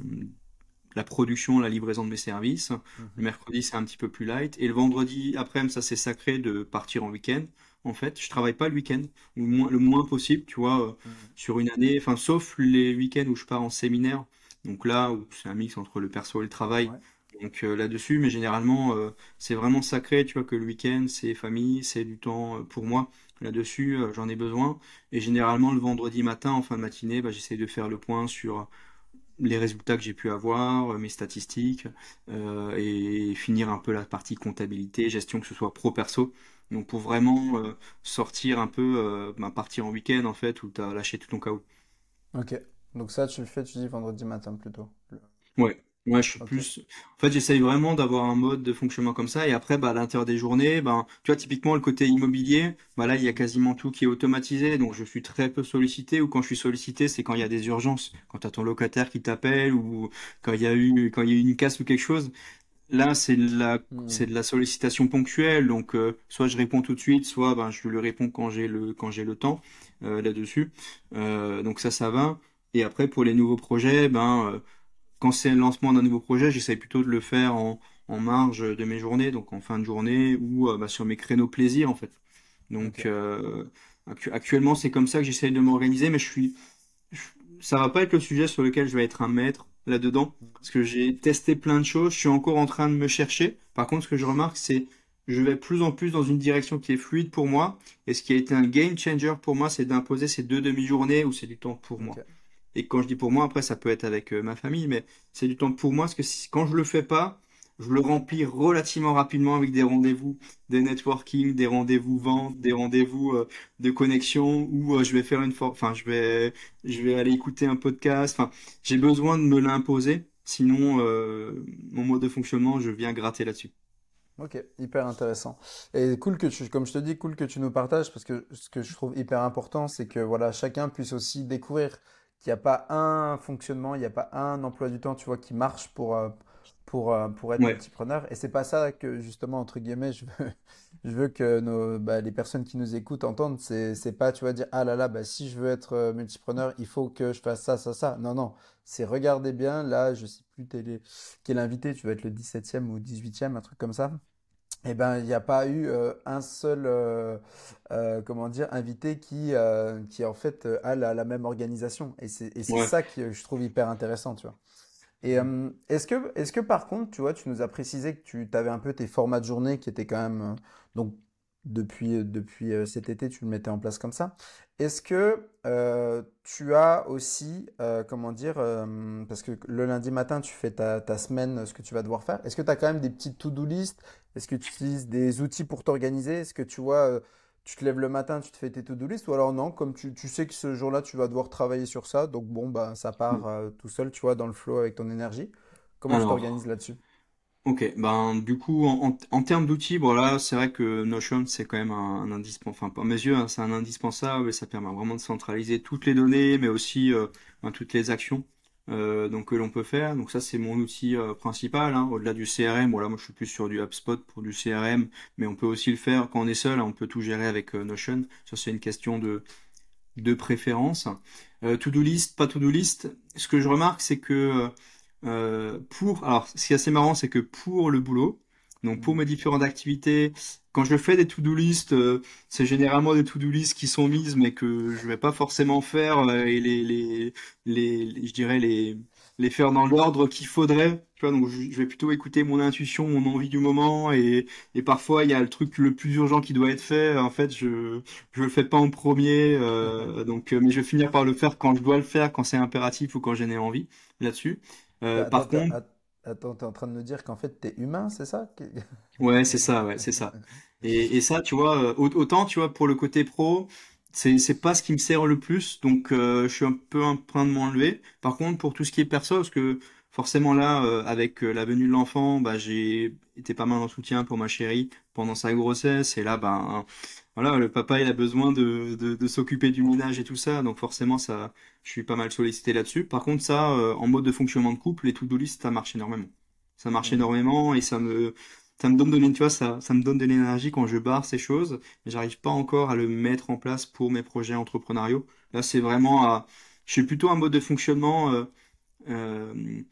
la production, la livraison de mes services. Le Mhm. mercredi, c'est un petit peu plus light. Et le vendredi après-midi, ça c'est sacré de partir en week-end. En fait, je travaille pas le week-end, ou le moins, le moins possible, tu vois, euh, Mhm. sur une année. Enfin, sauf les week-ends où je pars en séminaire. Donc là, où c'est un mix entre le perso et le travail. Ouais. Donc euh, là-dessus, mais généralement, euh, c'est vraiment sacré, tu vois, que le week-end, c'est famille, c'est du temps euh, pour moi. Là-dessus, euh, j'en ai besoin. Et généralement, le vendredi matin, en fin de matinée, bah, j'essaie de faire le point sur les résultats que j'ai pu avoir, euh, mes statistiques, euh, et finir un peu la partie comptabilité, gestion, que ce soit pro-perso. Donc pour vraiment euh, sortir un peu, euh, ben, partir en week-end en fait, où tu as lâché tout ton chaos. Ok. Donc ça, tu le fais, tu dis vendredi matin plutôt. Le- Ouais, ouais, je suis Ok. plus. En fait, j'essaye vraiment d'avoir un mode de fonctionnement comme ça. Et après, bah, à l'intérieur des journées, ben, tu vois, typiquement le côté immobilier, bah là, il y a Mhm. quasiment tout qui est automatisé. Donc, je suis très peu sollicité. Ou quand je suis sollicité, c'est quand il y a des urgences, quand t'as ton locataire qui t'appelle ou quand il y a eu, quand il y a eu une casse ou quelque chose. Là, c'est de la, c'est Mhm. de la sollicitation ponctuelle. Donc, euh, soit je réponds tout de suite, soit ben, je le réponds quand j'ai le, quand j'ai le temps euh, là-dessus. Euh, donc ça, ça va. Et après, pour les nouveaux projets, ben euh, quand c'est le lancement d'un nouveau projet, j'essaie plutôt de le faire en, en marge de mes journées, donc en fin de journée ou euh, bah, sur mes créneaux plaisir en fait. Donc Ok. euh, actu- actuellement, c'est comme ça que j'essaie de m'organiser, mais je suis, je- ça va pas être le sujet sur lequel je vais être un maître là-dedans, parce que j'ai testé plein de choses, je suis encore en train de me chercher. Par contre, ce que je remarque, c'est je vais plus en plus dans une direction qui est fluide pour moi, et ce qui a été un game changer pour moi, c'est d'imposer ces deux demi-journées où c'est du temps pour moi. Ok. Et quand je dis pour moi, après, ça peut être avec euh, ma famille, mais c'est du temps pour moi, parce que si- quand je le fais pas, je le remplis relativement rapidement avec des rendez-vous, des networking, des rendez-vous Mhm. vente, des rendez-vous euh, de connexion, où euh, je vais faire une for- enfin, je vais, je vais aller écouter un podcast. Enfin, j'ai besoin de me l'imposer, sinon euh, mon mode de fonctionnement, je viens gratter là-dessus. Ok, hyper intéressant. Et cool que tu, comme je te dis, cool que tu nous partages parce que ce que je trouve hyper important, c'est que voilà, chacun puisse aussi découvrir qu'il n'y a pas un fonctionnement, il n'y a pas un emploi du temps, tu vois, qui marche pour, euh, pour, euh, pour être Ouais. multipreneur. Et c'est pas ça que justement, entre guillemets, je veux, je veux que nos, bah, les personnes qui nous écoutent entendent. C'est, c'est pas, tu vas dire, ah là là, bah, si je veux être euh, multipreneur, il faut que je fasse ça, ça, ça. Non, non, c'est regardez bien, là, je sais plus quel est quel invité, tu vas être le dix-septième ou dix-huitième, un truc comme ça. Eh ben, il n'y a pas eu euh, un seul, euh, euh, comment dire, invité qui, euh, qui en fait euh, a la, la même organisation. Et c'est, et c'est Ouais. ça que je trouve hyper intéressant, tu vois. Et euh, est-ce que, est-ce que par contre, tu vois, tu nous as précisé que tu avais un peu tes formats de journée qui étaient quand même, euh, donc depuis, euh, depuis euh, cet été, tu le mettais en place comme ça. Est-ce que euh, tu as aussi, euh, comment dire, euh, parce que le lundi matin, tu fais ta, ta semaine, ce que tu vas devoir faire. Est-ce que tu as quand même des petites to-do list? Est-ce que tu utilises des outils pour t'organiser? Est-ce que tu vois, euh, tu te lèves le matin, tu te fais tes to-do list? Ou alors non, comme tu, tu sais que ce jour-là, tu vas devoir travailler sur ça, donc bon, bah, ça part euh, tout seul, tu vois, dans le flow avec ton énergie. Comment tu t'organises Alors, là-dessus? ok, ben du coup en, en, en termes d'outils, bon là c'est vrai que Notion c'est quand même un, un indispensable, enfin pas à mes yeux, hein, c'est un indispensable et ça permet vraiment de centraliser toutes les données, mais aussi euh, ben, toutes les actions euh, donc que l'on peut faire. Donc ça c'est mon outil euh, principal, hein, au-delà du C R M. Bon là moi je suis plus sur du HubSpot pour du C R M, mais on peut aussi le faire quand on est seul, hein, on peut tout gérer avec euh, Notion. Ça c'est une question de de préférence. Euh, to-do list, pas to-do list. Ce que je remarque, c'est que euh, pour, alors, ce qui est assez marrant, c'est que pour le boulot, donc pour Mhm. mes différentes activités, quand je fais des to-do list, euh, c'est généralement des to-do list qui sont mises, mais que je vais pas forcément faire euh, et les, les, les, les- je dirais les, les faire dans l'ordre qu'il faudrait. Tu vois, donc je, je vais plutôt écouter mon intuition, mon envie du moment, et, et parfois il y a le truc le plus urgent qui doit être fait. En fait, je je le fais pas en premier, euh, donc euh, mais je vais finir par le faire quand je dois le faire, quand c'est impératif ou quand j'en ai envie là-dessus. Euh, Attends, par attends, contre, att- attends, t'es en train de me dire qu'en fait t'es humain, c'est ça? Que- ouais, c'est ça, ouais, c'est ça. Et, et ça, tu vois, euh, au- autant, tu vois, pour le côté pro, c'est c'est pas ce qui me sert le plus, donc euh, je suis un peu en train de m'enlever. Par contre, pour tout ce qui est perso, parce que forcément là, euh, avec euh, la venue de l'enfant, bah j'ai été pas mal en soutien pour ma chérie pendant sa grossesse, et là, ben voilà, le papa, il a besoin de, de, de s'occuper du ménage et tout ça, donc forcément, ça, je suis pas mal sollicité là-dessus. Par contre, ça, euh, en mode de fonctionnement de couple, les to-do list, ça marche énormément. Ça marche Hmm. énormément et ça me, ça me donne de l'é- tu vois, ça, ça me donne de l'énergie quand je barre ces choses, mais j'arrive pas encore à le mettre en place pour mes projets entrepreneuriaux. Là, c'est vraiment à, je suis plutôt un mode de fonctionnement euh, euh,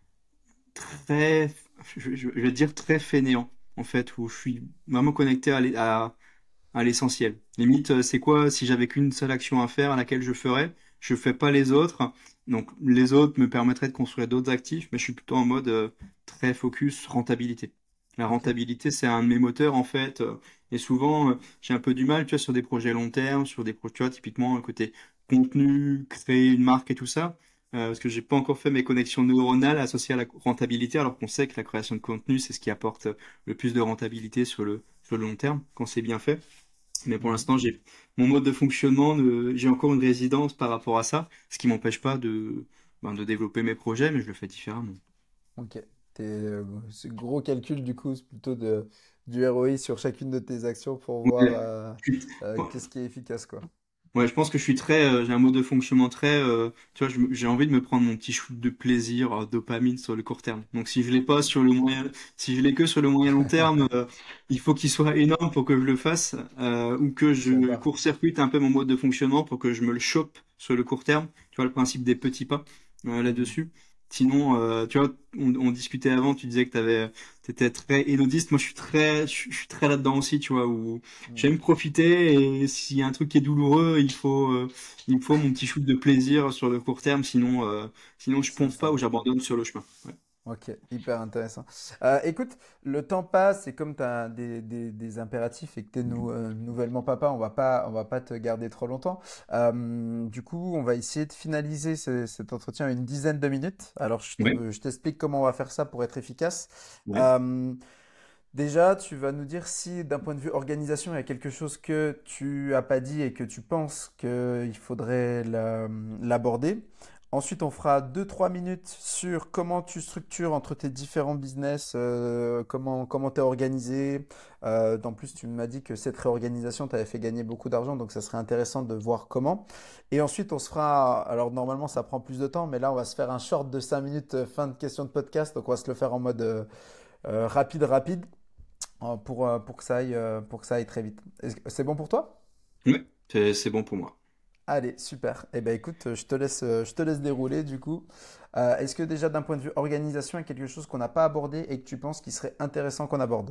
très, je, je- je vais dire très fainéant, en fait, où je suis vraiment connecté à, l'é- à, à l'essentiel. Limite, euh, c'est quoi si j'avais qu'une seule action à faire à laquelle je ferais, je fais pas les autres. Donc les autres me permettraient de construire d'autres actifs, mais je suis plutôt en mode euh, très focus rentabilité. La Ok. rentabilité, c'est un de mes moteurs en fait. euh, Et souvent, euh, j'ai un peu du mal, tu vois, sur des projets long terme, sur des projets, tu vois, typiquement, euh, côté contenu, créer une marque et tout ça. euh, parce que j'ai pas encore fait mes connexions neuronales associées à la rentabilité, alors qu'on sait que la création de contenu, c'est ce qui apporte euh, le plus de rentabilité sur le, sur le long terme, quand c'est bien fait. Mais pour Mhm. l'instant, j'ai mon mode de fonctionnement, ne- j'ai encore une résidence par rapport à ça, ce qui m'empêche pas de, ben, de développer mes projets, mais je le fais différemment. Ok. T'es, euh, ce gros calcul du coup, c'est plutôt de, du R O I sur chacune de tes actions pour voir Ouais, euh, je suis- euh, ouais. qu'est-ce qui est efficace quoi. Ouais, je pense que je suis très, euh, j'ai un mode de fonctionnement très, euh, tu vois, je me- j'ai envie de me prendre mon petit shoot de plaisir, euh, dopamine sur le court terme. Donc si je l'ai pas sur le moyen, si je l'ai que sur le moyen long terme, euh, il faut qu'il soit énorme pour que je le fasse, euh, ou que Je savais je pas. court-circuite un peu mon mode de fonctionnement pour que je me le chope sur le court terme. Tu vois le principe des petits pas euh, Mhm. là-dessus. Sinon, euh, tu vois, on, on discutait avant, tu disais que t'avais, t'étais très hédoniste. Moi, je suis très, je, suis je suis très là-dedans aussi, tu vois, où Mhm. j'aime profiter et s'il y a un truc qui est douloureux, il faut, euh, il me faut mon petit shoot de plaisir sur le court terme, sinon, euh, sinon je Sinon ponce ça pas ou va. j'abandonne sur le chemin. Ouais. Ok, hyper intéressant. Euh, écoute, le temps passe et comme tu as des, des- des impératifs et que tu es nouvellement papa, on va pas, on va pas te garder trop longtemps. Euh, du coup, on va essayer de finaliser ce- cet entretien en une dizaine de minutes. Alors, je Ouais. te- je t'explique comment on va faire ça pour être efficace. Ouais. Euh, Déjà, tu vas nous dire si d'un point de vue organisation, il y a quelque chose que tu as pas dit et que tu penses qu'il faudrait la- l'aborder. Ensuite, on fera deux trois minutes sur comment tu structures entre tes différents business, euh, comment comment tu es organisé. Euh, en plus, tu m'as dit que cette réorganisation t'avait fait gagner beaucoup d'argent, donc ça serait intéressant de voir comment. Et ensuite, on se fera, alors normalement, ça prend plus de temps, mais là, on va se faire un short de cinq minutes, euh, fin de question de podcast, donc on va se le faire en mode euh, euh, rapide, rapide euh, pour, euh, pour que ça aille, euh, pour que ça aille très vite. Est-ce que- C'est bon pour toi? Ouais. C'est, c'est bon pour moi. Allez, super. Eh ben écoute, euh, je te laisse, euh, je te laisse dérouler du coup. Euh, est-ce que déjà d'un point de vue organisation, il y a quelque chose qu'on n'a pas abordé et que tu penses qu'il serait intéressant qu'on aborde?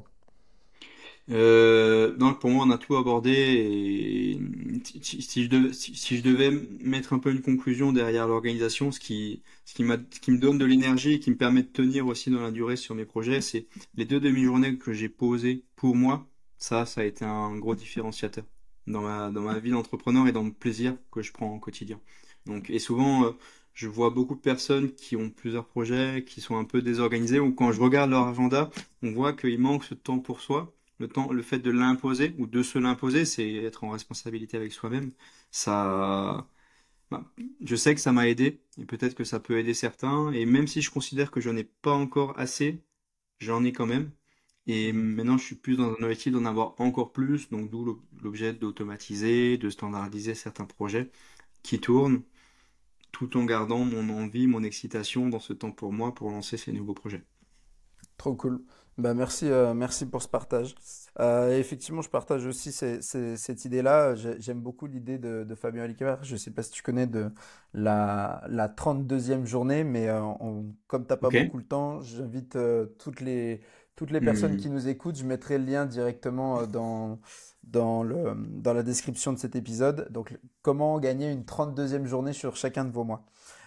Euh, donc pour moi, on a tout abordé et si, si- si je devais, si, si je devais mettre un peu une conclusion derrière l'organisation, ce qui, ce qui m'a, ce qui me donne de l'énergie et qui me permet de tenir aussi dans la durée sur mes projets, c'est les deux demi-journées que j'ai posées pour moi. Ça, ça a été un gros différenciateur dans ma, dans ma vie d'entrepreneur et dans le plaisir que je prends au quotidien. Donc, et souvent, euh, je vois beaucoup de personnes qui ont plusieurs projets, qui sont un peu désorganisées, ou quand je regarde leur agenda, on voit qu'il manque ce temps pour soi. Le temps, le fait de l'imposer ou de se l'imposer, c'est être en responsabilité avec soi-même. Ça, bah, je sais que ça m'a aidé et peut-être que ça peut aider certains. Et même si je considère que je n'en ai pas encore assez, j'en ai quand même. Et Mhm. maintenant, je suis plus dans un objectif d'en avoir encore plus. Donc, d'où l'ob- l'objet d'automatiser, de standardiser certains projets qui tournent, tout en gardant mon envie, mon excitation dans ce temps pour moi pour lancer ces nouveaux projets. Trop cool. Bah merci, euh, merci pour ce partage. Euh, et effectivement, je partage aussi ces- ces- cette idée-là. J'ai- J'aime beaucoup l'idée de, de Fabien Olicard. Je ne sais pas si tu connais de la, la trente-deuxième journée, mais euh, on- comme tu n'as pas Ok? beaucoup le temps, j'invite euh, toutes les, toutes les personnes qui Hmm. nous écoutent. Je mettrai le lien directement euh, dans, dans le, dans la description de cet épisode. Donc, comment gagner une trente-deuxième journée sur chacun de vos mois.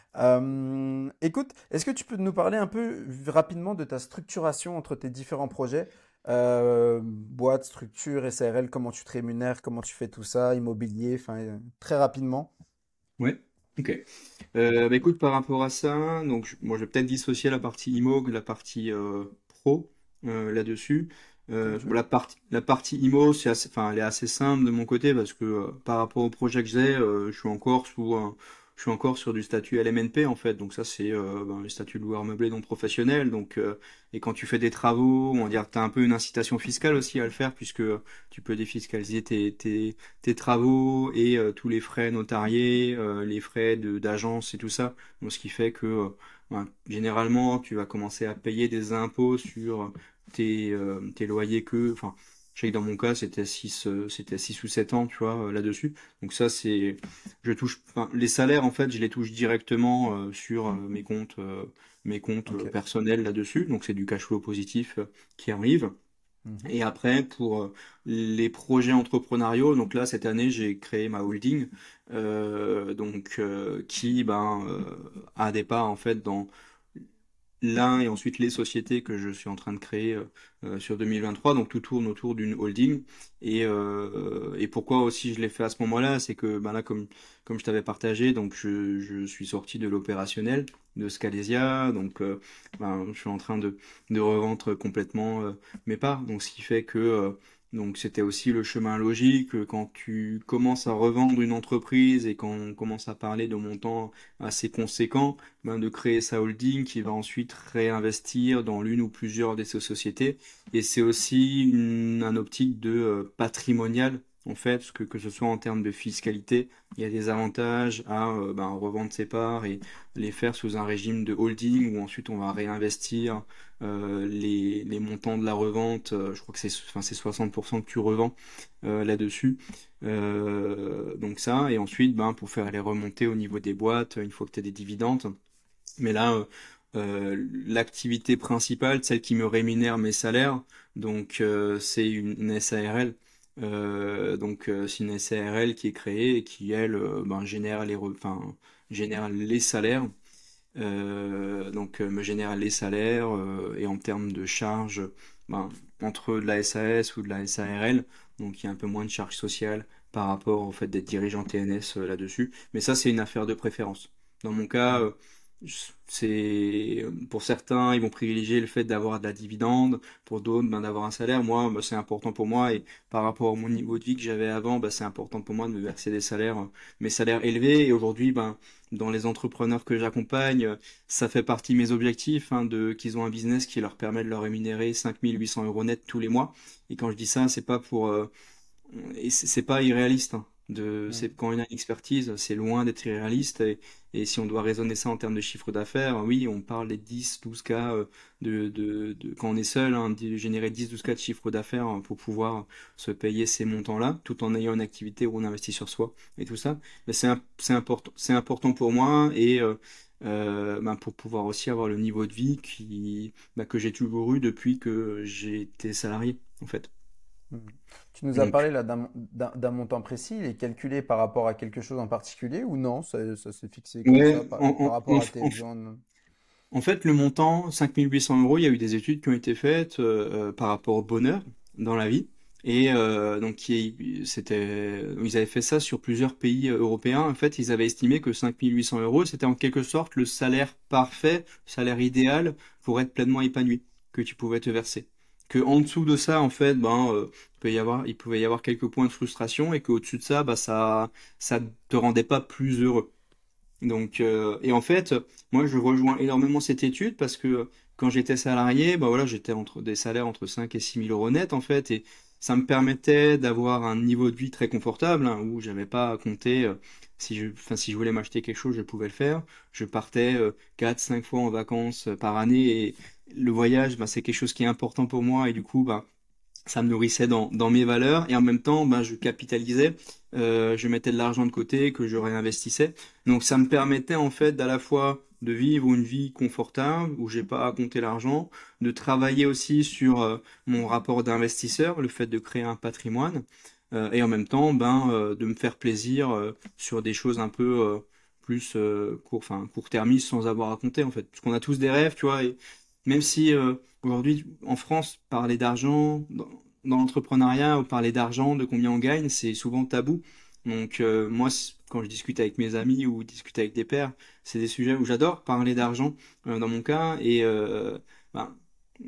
Euh, écoute, est-ce que tu peux nous parler un peu rapidement de ta structuration entre tes différents projets? Euh, boîte, structure, S A R L, comment tu te rémunères, comment tu fais tout ça, immobilier, enfin, euh, très rapidement. Ouais. Ok. Euh, bah écoute, par rapport à ça, donc je- moi je vais peut-être dissocier la partie immo de la partie euh, pro euh, là-dessus. Euh, Ok. bon, la partie la partie immo, c'est assez, enfin, elle est assez simple de mon côté parce que euh, par rapport au projet que j'ai, euh, je suis encore sous un- je suis encore sur du statut L M N P en fait. Donc ça c'est euh, ben, le statut de loueur meublé non professionnel. Donc euh, et quand tu fais des travaux, on va dire que tu as un peu une incitation fiscale aussi à le faire puisque tu peux défiscaliser tes, tes, tes travaux et euh, tous les frais notariés, euh, les frais de d'agence et tout ça. Donc, ce qui fait que euh, ben, généralement, tu vas commencer à payer des impôts sur tes, euh, tes loyers que, enfin, je sais que dans mon cas, c'était six euh, c'était six ou sept ans, tu vois, euh, là-dessus. Donc ça, c'est, je touche, enfin, les salaires, en fait, je les touche directement euh, sur euh, mes comptes, euh, mes comptes Ok. euh, personnels là-dessus. Donc c'est du cash flow positif euh, qui arrive. Mhm. Et après, pour euh, les projets entrepreneuriaux, donc là, cette année, j'ai créé ma holding, euh, donc euh, qui ben, euh, a des parts en fait dans l'un et ensuite les sociétés que je suis en train de créer euh, euh, sur deux mille vingt-trois. Donc tout tourne autour d'une holding. Et, euh, et pourquoi aussi je l'ai fait à ce moment-là, c'est que ben là, comme, comme je t'avais partagé, donc je, je suis sorti de l'opérationnel de Scalesia. Donc euh, ben, je suis en train de, de revendre complètement euh, mes parts. Donc ce qui fait que euh, donc c'était aussi le chemin logique euh, quand tu commences à revendre une entreprise et quand on commence à parler de montants assez conséquents, ben, de créer sa holding qui va ensuite réinvestir dans l'une ou plusieurs de ces sociétés. Et c'est aussi une, un optique de euh, patrimonial, en fait, parce que, que ce soit en termes de fiscalité, il y a des avantages à euh, ben, revendre ses parts et les faire sous un régime de holding où ensuite on va réinvestir euh, les, les montants de la revente. Euh, je crois que c'est enfin, c'est soixante pour cent que tu revends euh, là-dessus. Euh, donc ça, et ensuite, ben, pour faire les remontées au niveau des boîtes, une fois que tu as des dividendes, mais là, euh, euh, l'activité principale, celle qui me rémunère mes salaires, donc euh, c'est une, une S A R L. Euh, donc euh, c'est une S A R L qui est créée et qui elle euh, ben, génère les re- enfin, génère les salaires. Euh, donc euh, me génère les salaires euh, et en termes de charges, ben, entre de la S A S ou de la S A R L, donc il y a un peu moins de charges sociales par rapport au fait d'être dirigeant T N S euh, là-dessus. Mais ça, c'est une affaire de préférence. Dans mon cas, Mhm. euh, c'est pour certains, ils vont privilégier le fait d'avoir de la dividende, pour d'autres, ben, d'avoir un salaire. Moi, ben, c'est important pour moi et par rapport à mon niveau de vie que j'avais avant, ben, c'est important pour moi de me verser des salaires, euh, mes salaires élevés. Et aujourd'hui, ben, dans les entrepreneurs que j'accompagne, euh, ça fait partie de mes objectifs, hein, de qu'ils ont un business qui leur permet de leur rémunérer cinq mille huit cents euros net tous les mois. Et quand je dis ça, c'est pas pour euh, et c'est c'est pas irréaliste, hein. De, c'est, Mhm. quand on a une expertise, c'est loin d'être irréaliste. Et, et si on doit raisonner ça en termes de chiffre d'affaires, oui, on parle des dix douze k euh, de, de, de, quand on est seul, hein, de générer dix douze k de chiffre d'affaires hein, pour pouvoir se payer ces montants-là, tout en ayant une activité où on investit sur soi et tout ça. Mais c'est, un- c'est important, c'est important pour moi et euh, euh, ben, pour pouvoir aussi avoir le niveau de vie qui, ben, que j'ai toujours eu depuis que j'ai été salarié, en fait. Mhm. Tu nous as Donc, parlé là d'un d'un- d'un montant précis. Il est calculé par rapport à quelque chose en particulier ou non? Ça, ça s'est fixé comme ça ouais, par, en, par en, rapport en, à tes en, besoins? en fait, le montant, cinq mille huit cents euros, il y a eu des études qui ont été faites euh, euh, par rapport au bonheur dans la vie. Et euh, donc, qui- c'était, ils avaient fait ça sur plusieurs pays euh, européens. En fait, ils avaient estimé que cinq mille huit cents euros, c'était en quelque sorte le salaire parfait, le salaire idéal pour être pleinement épanoui, que tu pouvais te verser. Que en dessous de ça, en fait, ben, euh, il peut y avoir, il pouvait y avoir quelques points de frustration et qu'au-dessus de ça, bah, ça, ça te rendait pas plus heureux. Donc, euh, et en fait, moi, je rejoins énormément cette étude parce que quand j'étais salarié, bah voilà, j'étais entre des salaires entre cinq et six mille euros net, en fait, et ça me permettait d'avoir un niveau de vie très confortable, hein, où j'avais pas à compter, euh, si je, enfin, si je voulais m'acheter quelque chose, je pouvais le faire. Je partais, euh, quatre, cinq fois en vacances euh, par année le voyage, bah, c'est quelque chose qui est important pour moi et du coup, bah, ça me nourrissait dans, dans mes valeurs et en même temps, ben, je capitalisais, euh, je mettais de l'argent de côté que je réinvestissais. Donc ça me permettait en fait d'à la fois de vivre une vie confortable où j'ai pas à compter l'argent, de travailler aussi sur euh, mon rapport d'investisseur, le fait de créer un patrimoine euh, et en même temps, ben, euh, de me faire plaisir euh, sur des choses un peu euh, plus euh, court, enfin, court-termistes sans avoir à compter en fait. Parce qu'on a tous des rêves, tu vois, et même si euh, aujourd'hui, en France, parler d'argent, dans, dans l'entrepreneuriat, ou parler d'argent, de combien on gagne, c'est souvent tabou. Donc, euh, moi, c- quand je discute avec mes amis ou discute avec des pairs, c'est des sujets où j'adore parler d'argent, euh, dans mon cas. Et euh, ben,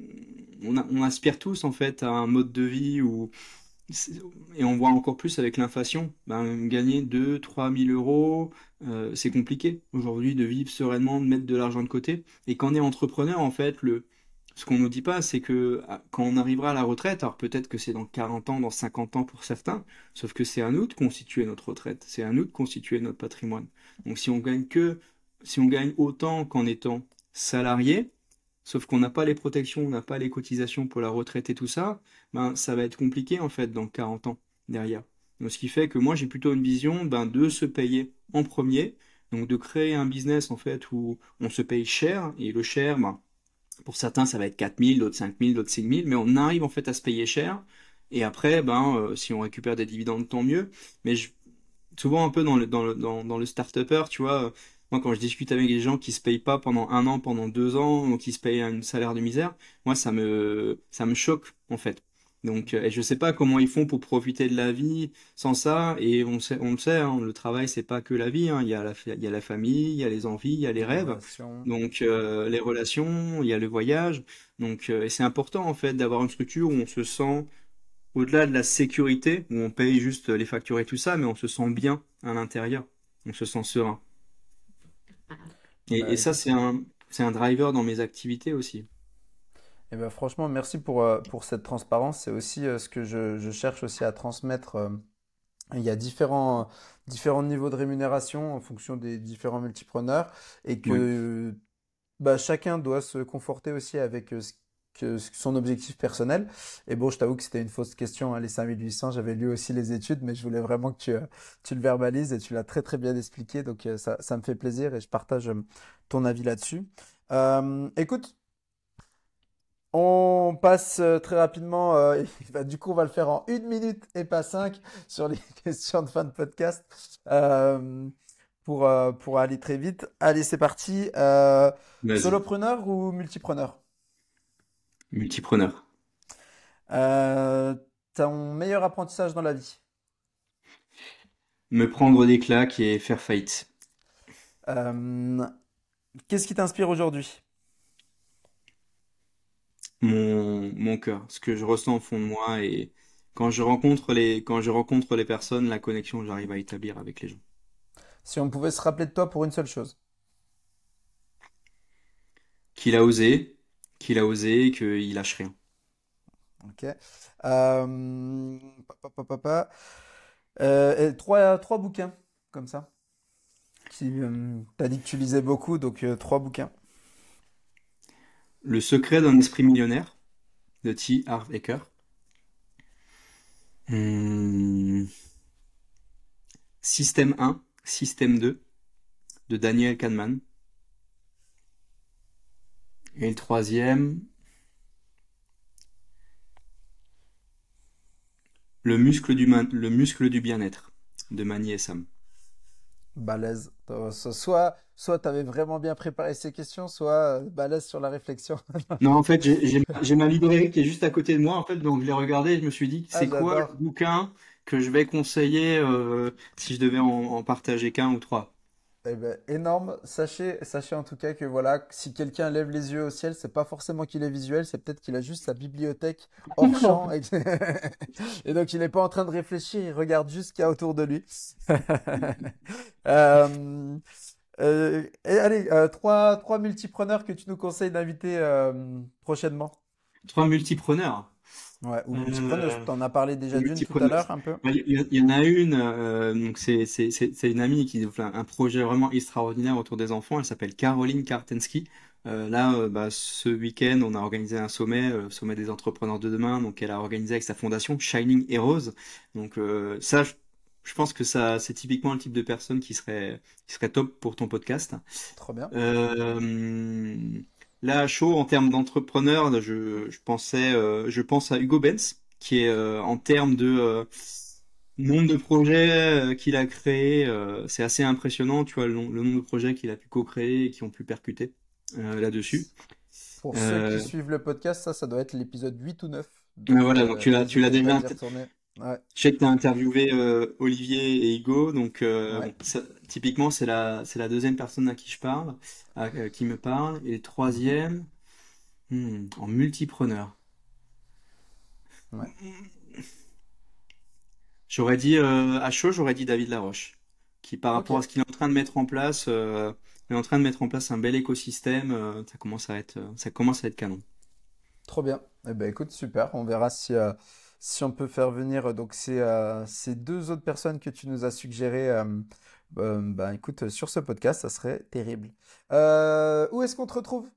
on, a- on aspire tous, en fait, à un mode de vie où, c'est- et on voit encore plus avec l'inflation, ben, gagner deux, trois mille euros, euh, c'est compliqué aujourd'hui de vivre sereinement, de mettre de l'argent de côté. Et quand on est entrepreneur, en fait, le, ce qu'on nous dit pas, c'est que ah, quand on arrivera à la retraite, alors peut-être que c'est dans quarante ans, dans cinquante ans pour certains, sauf que c'est à nous de constituer notre retraite, c'est à nous de constituer notre patrimoine. Donc si on gagne que, si on gagne autant qu'en étant salarié, sauf qu'on n'a pas les protections, on n'a pas les cotisations pour la retraite et tout ça, ben ça va être compliqué en fait dans quarante ans derrière. Donc, ce qui fait que moi j'ai plutôt une vision ben, de se payer en premier, donc de créer un business en fait où on se paye cher et le cher, ben, pour certains, ça va être quatre mille, d'autres cinq mille, d'autres six mille, mais on arrive en fait à se payer cher. Et après, ben, euh, si on récupère des dividendes, tant mieux. Mais je- souvent un peu dans le, dans le, dans, dans le start-upper, tu vois, euh, moi quand je discute avec des gens qui se payent pas pendant un an, pendant deux ans, ou qui se payent un salaire de misère, moi ça me, ça me choque en fait. Donc, euh, et je sais pas comment ils font pour profiter de la vie sans ça. Et on sait, on le sait, hein, le travail c'est pas que la vie. Hein. Il y a la, fa- il y a la famille, il y a les envies, il y a les Les rêves. relations. Donc, euh, les relations, il y a le voyage. Donc, euh, et c'est important en fait d'avoir une structure où on se sent au-delà de la sécurité, où on paye juste les factures et tout ça, mais on se sent bien à l'intérieur, on se sent serein. Et, Bah et ça, c'est écoute, un, c'est un driver dans mes activités aussi. eh ben, franchement, merci pour, euh, pour cette transparence. C'est aussi euh, ce que je, je cherche aussi à transmettre. euh, Il y a différents, différents niveaux de rémunération en fonction des différents multipreneurs et Oui. que bah, chacun doit se conforter aussi avec euh, ce que, ce- son objectif personnel. Et bon, je t'avoue que c'était une fausse question, hein, les cinq mille huit cents, j'avais lu aussi les études, mais je voulais vraiment que tu, euh, tu le verbalises et tu l'as très très bien expliqué, donc euh, ça, ça me fait plaisir et je partage euh, ton avis là-dessus. Euh, écoute, on passe euh, très rapidement, euh, et bah, du coup on va le faire en une minute et pas cinq sur les questions de fin de podcast euh, pour, euh, pour aller très vite. Allez, c'est parti. Euh, Vas-y. solopreneur ou multipreneur? Multipreneur. Euh, ton meilleur apprentissage dans la vie? Me prendre des claques et faire faillite. Euh, qu'est-ce qui t'inspire aujourd'hui? Mon, mon cœur, ce que je ressens au fond de moi et quand je rencontre les, quand je rencontre les personnes, la connexion que j'arrive à établir avec les gens. Si on pouvait se rappeler de toi pour une seule chose. Qu'il a osé, qu'il a osé et qu'il lâche rien. Ok. Euh, pa, pa, pa, pa, pa. Euh, et trois, trois bouquins comme ça. Qui, euh, t'as dit que tu lisais beaucoup, donc euh, trois bouquins. Le secret d'un esprit millionnaire de T. Harv Eker. Hmm, Système un, Système deux de Daniel Kahneman. Et le troisième, le muscle du, man- le muscle du bien-être de Mani et Sam. Balèze. Euh, so- Soit, soit t'avais vraiment bien préparé ces questions, soit euh, balèze sur la réflexion. Non, en fait, j'ai j'ai- j'ai ma librairie qui est juste à côté de moi, en fait, donc je l'ai regardé et je me suis dit, Ah, c'est quoi le j'adore. bouquin que je vais conseiller euh, si je devais en, en partager qu'un ou trois? Eh ben, énorme. Sachez, sachez en tout cas que voilà, si quelqu'un lève les yeux au ciel, c'est pas forcément qu'il est visuel, c'est peut-être qu'il a juste sa bibliothèque hors champ et, et donc il n'est pas en train de réfléchir, il regarde juste ce qu'il y a autour de lui. Euh, euh, et allez, euh, trois, trois multipreneurs que tu nous conseilles d'inviter euh, prochainement. Trois multipreneurs. Ouais, ou multipreneuse. Euh, T'en as parlé déjà d'une tout à multipreneuse. l'heure un peu. Ouais, Il y, il y en a une, euh, donc c'est c'est- c'est- c'est une amie qui a fait un un projet vraiment extraordinaire autour des enfants. Elle s'appelle Caroline Kartensky. Euh, là, euh, bah, ce week-end, on a organisé un sommet, euh, sommet des entrepreneurs de demain. Donc, elle a organisé avec sa fondation Shining Heroes. Donc, euh, ça, je, je pense que ça, c'est typiquement le type de personne qui serait, qui serait top pour ton podcast. Trop bien. Euh, Là, à chaud, en termes d'entrepreneur, je, je pensais, euh, je pense à Hugo Benz, qui est euh, en termes de euh, nombre de projets euh, qu'il a créés, euh, c'est assez impressionnant, tu vois, le, nom- le nombre de projets qu'il a pu co-créer et qui ont pu percuter euh, là-dessus. Pour ceux qui Euh, suivent le podcast, ça, ça doit être l'épisode huit ou neuf. euh, Donc, voilà, donc euh, tu l'as, tu l'as n'hésitez pas déjà. à y inter- retourner. Ouais, Je sais que tu as interviewé euh, Olivier et Hugo, donc euh, ouais. bon, ça- typiquement c'est la, c'est la deuxième personne à qui je parle, à, à qui me parle, et le Mhm, troisième, hmm, en multipreneur. ouais. J'aurais dit euh, à chaud, j'aurais dit David Laroche, qui par Ok, rapport à ce qu'il est en train de mettre en place, euh, il est en train de mettre en place un bel écosystème, euh, ça commence à être, euh, ça commence à être canon. trop bien. Eh ben, écoute, super. On verra si, euh, si on peut faire venir euh, donc ces, euh, ces deux autres personnes que tu nous as suggérées. Euh, euh, bah, écoute, euh, sur ce podcast, ça serait terrible. Euh, où est-ce qu'on te retrouve?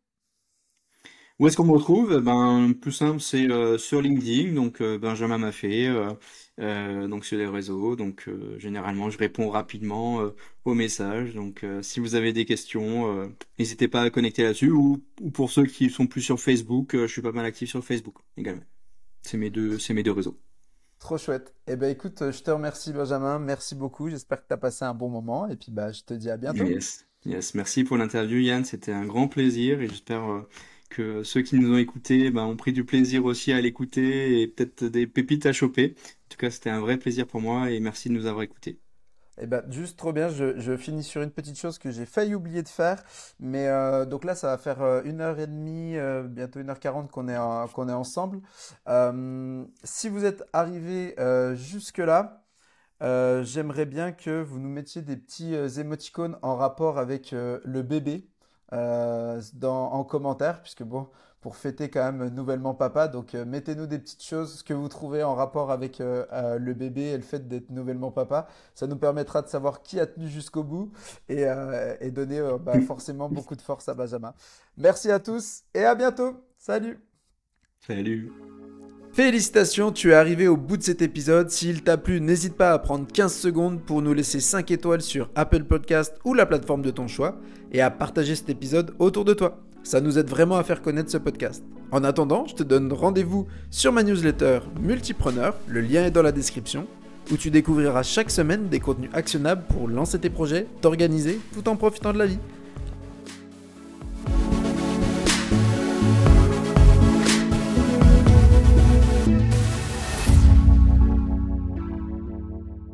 Où est-ce qu'on me retrouve? Ben, le plus simple, c'est euh, sur LinkedIn, donc euh, Benjamin Maffé, euh, euh, donc sur les réseaux. Donc euh, généralement, je réponds rapidement euh, aux messages. Donc euh, si vous avez des questions, euh, n'hésitez pas à connecter là-dessus. Ou, ou pour ceux qui sont plus sur Facebook, euh, je suis pas mal actif sur Facebook également. C'est mes deux, c'est mes deux réseaux. Trop chouette. Eh ben, écoute, euh, je te remercie, Benjamin. Merci beaucoup. J'espère que tu as passé un bon moment. Et puis, bah, je te dis à bientôt. Yes, yes. Merci pour l'interview, Yann. C'était un grand plaisir et j'espère euh, que ceux qui nous ont écoutés ben, ont pris du plaisir aussi à l'écouter et peut-être des pépites à choper. En tout cas, c'était un vrai plaisir pour moi et merci de nous avoir écoutés. Eh ben, juste trop bien, je, je finis sur une petite chose que j'ai failli oublier de faire. Mais euh, donc là, ça va faire euh, une heure et demie, euh, bientôt une heure quarante qu'on est, en- qu'on est ensemble. Euh, si vous êtes arrivé euh, jusque-là, euh, j'aimerais bien que vous nous mettiez des petits euh, émoticônes en rapport avec euh, le bébé euh, dans, en commentaire, puisque bon, pour fêter quand même nouvellement papa, donc euh, mettez-nous des petites choses que vous trouvez en rapport avec euh, euh, le bébé et le fait d'être nouvellement papa. Ça nous permettra de savoir qui a tenu jusqu'au bout et, euh, et donner euh, bah, forcément beaucoup de force à Benjamin. Merci à tous et à bientôt. Salut! Salut! Félicitations, tu es arrivé au bout de cet épisode. S'il t'a plu, n'hésite pas à prendre quinze secondes pour nous laisser cinq étoiles sur Apple Podcast ou la plateforme de ton choix et à partager cet épisode autour de toi. Ça nous aide vraiment à faire connaître ce podcast. En attendant, je te donne rendez-vous sur ma newsletter Multipreneur, le lien est dans la description, où tu découvriras chaque semaine des contenus actionnables pour lancer tes projets, t'organiser tout en profitant de la vie.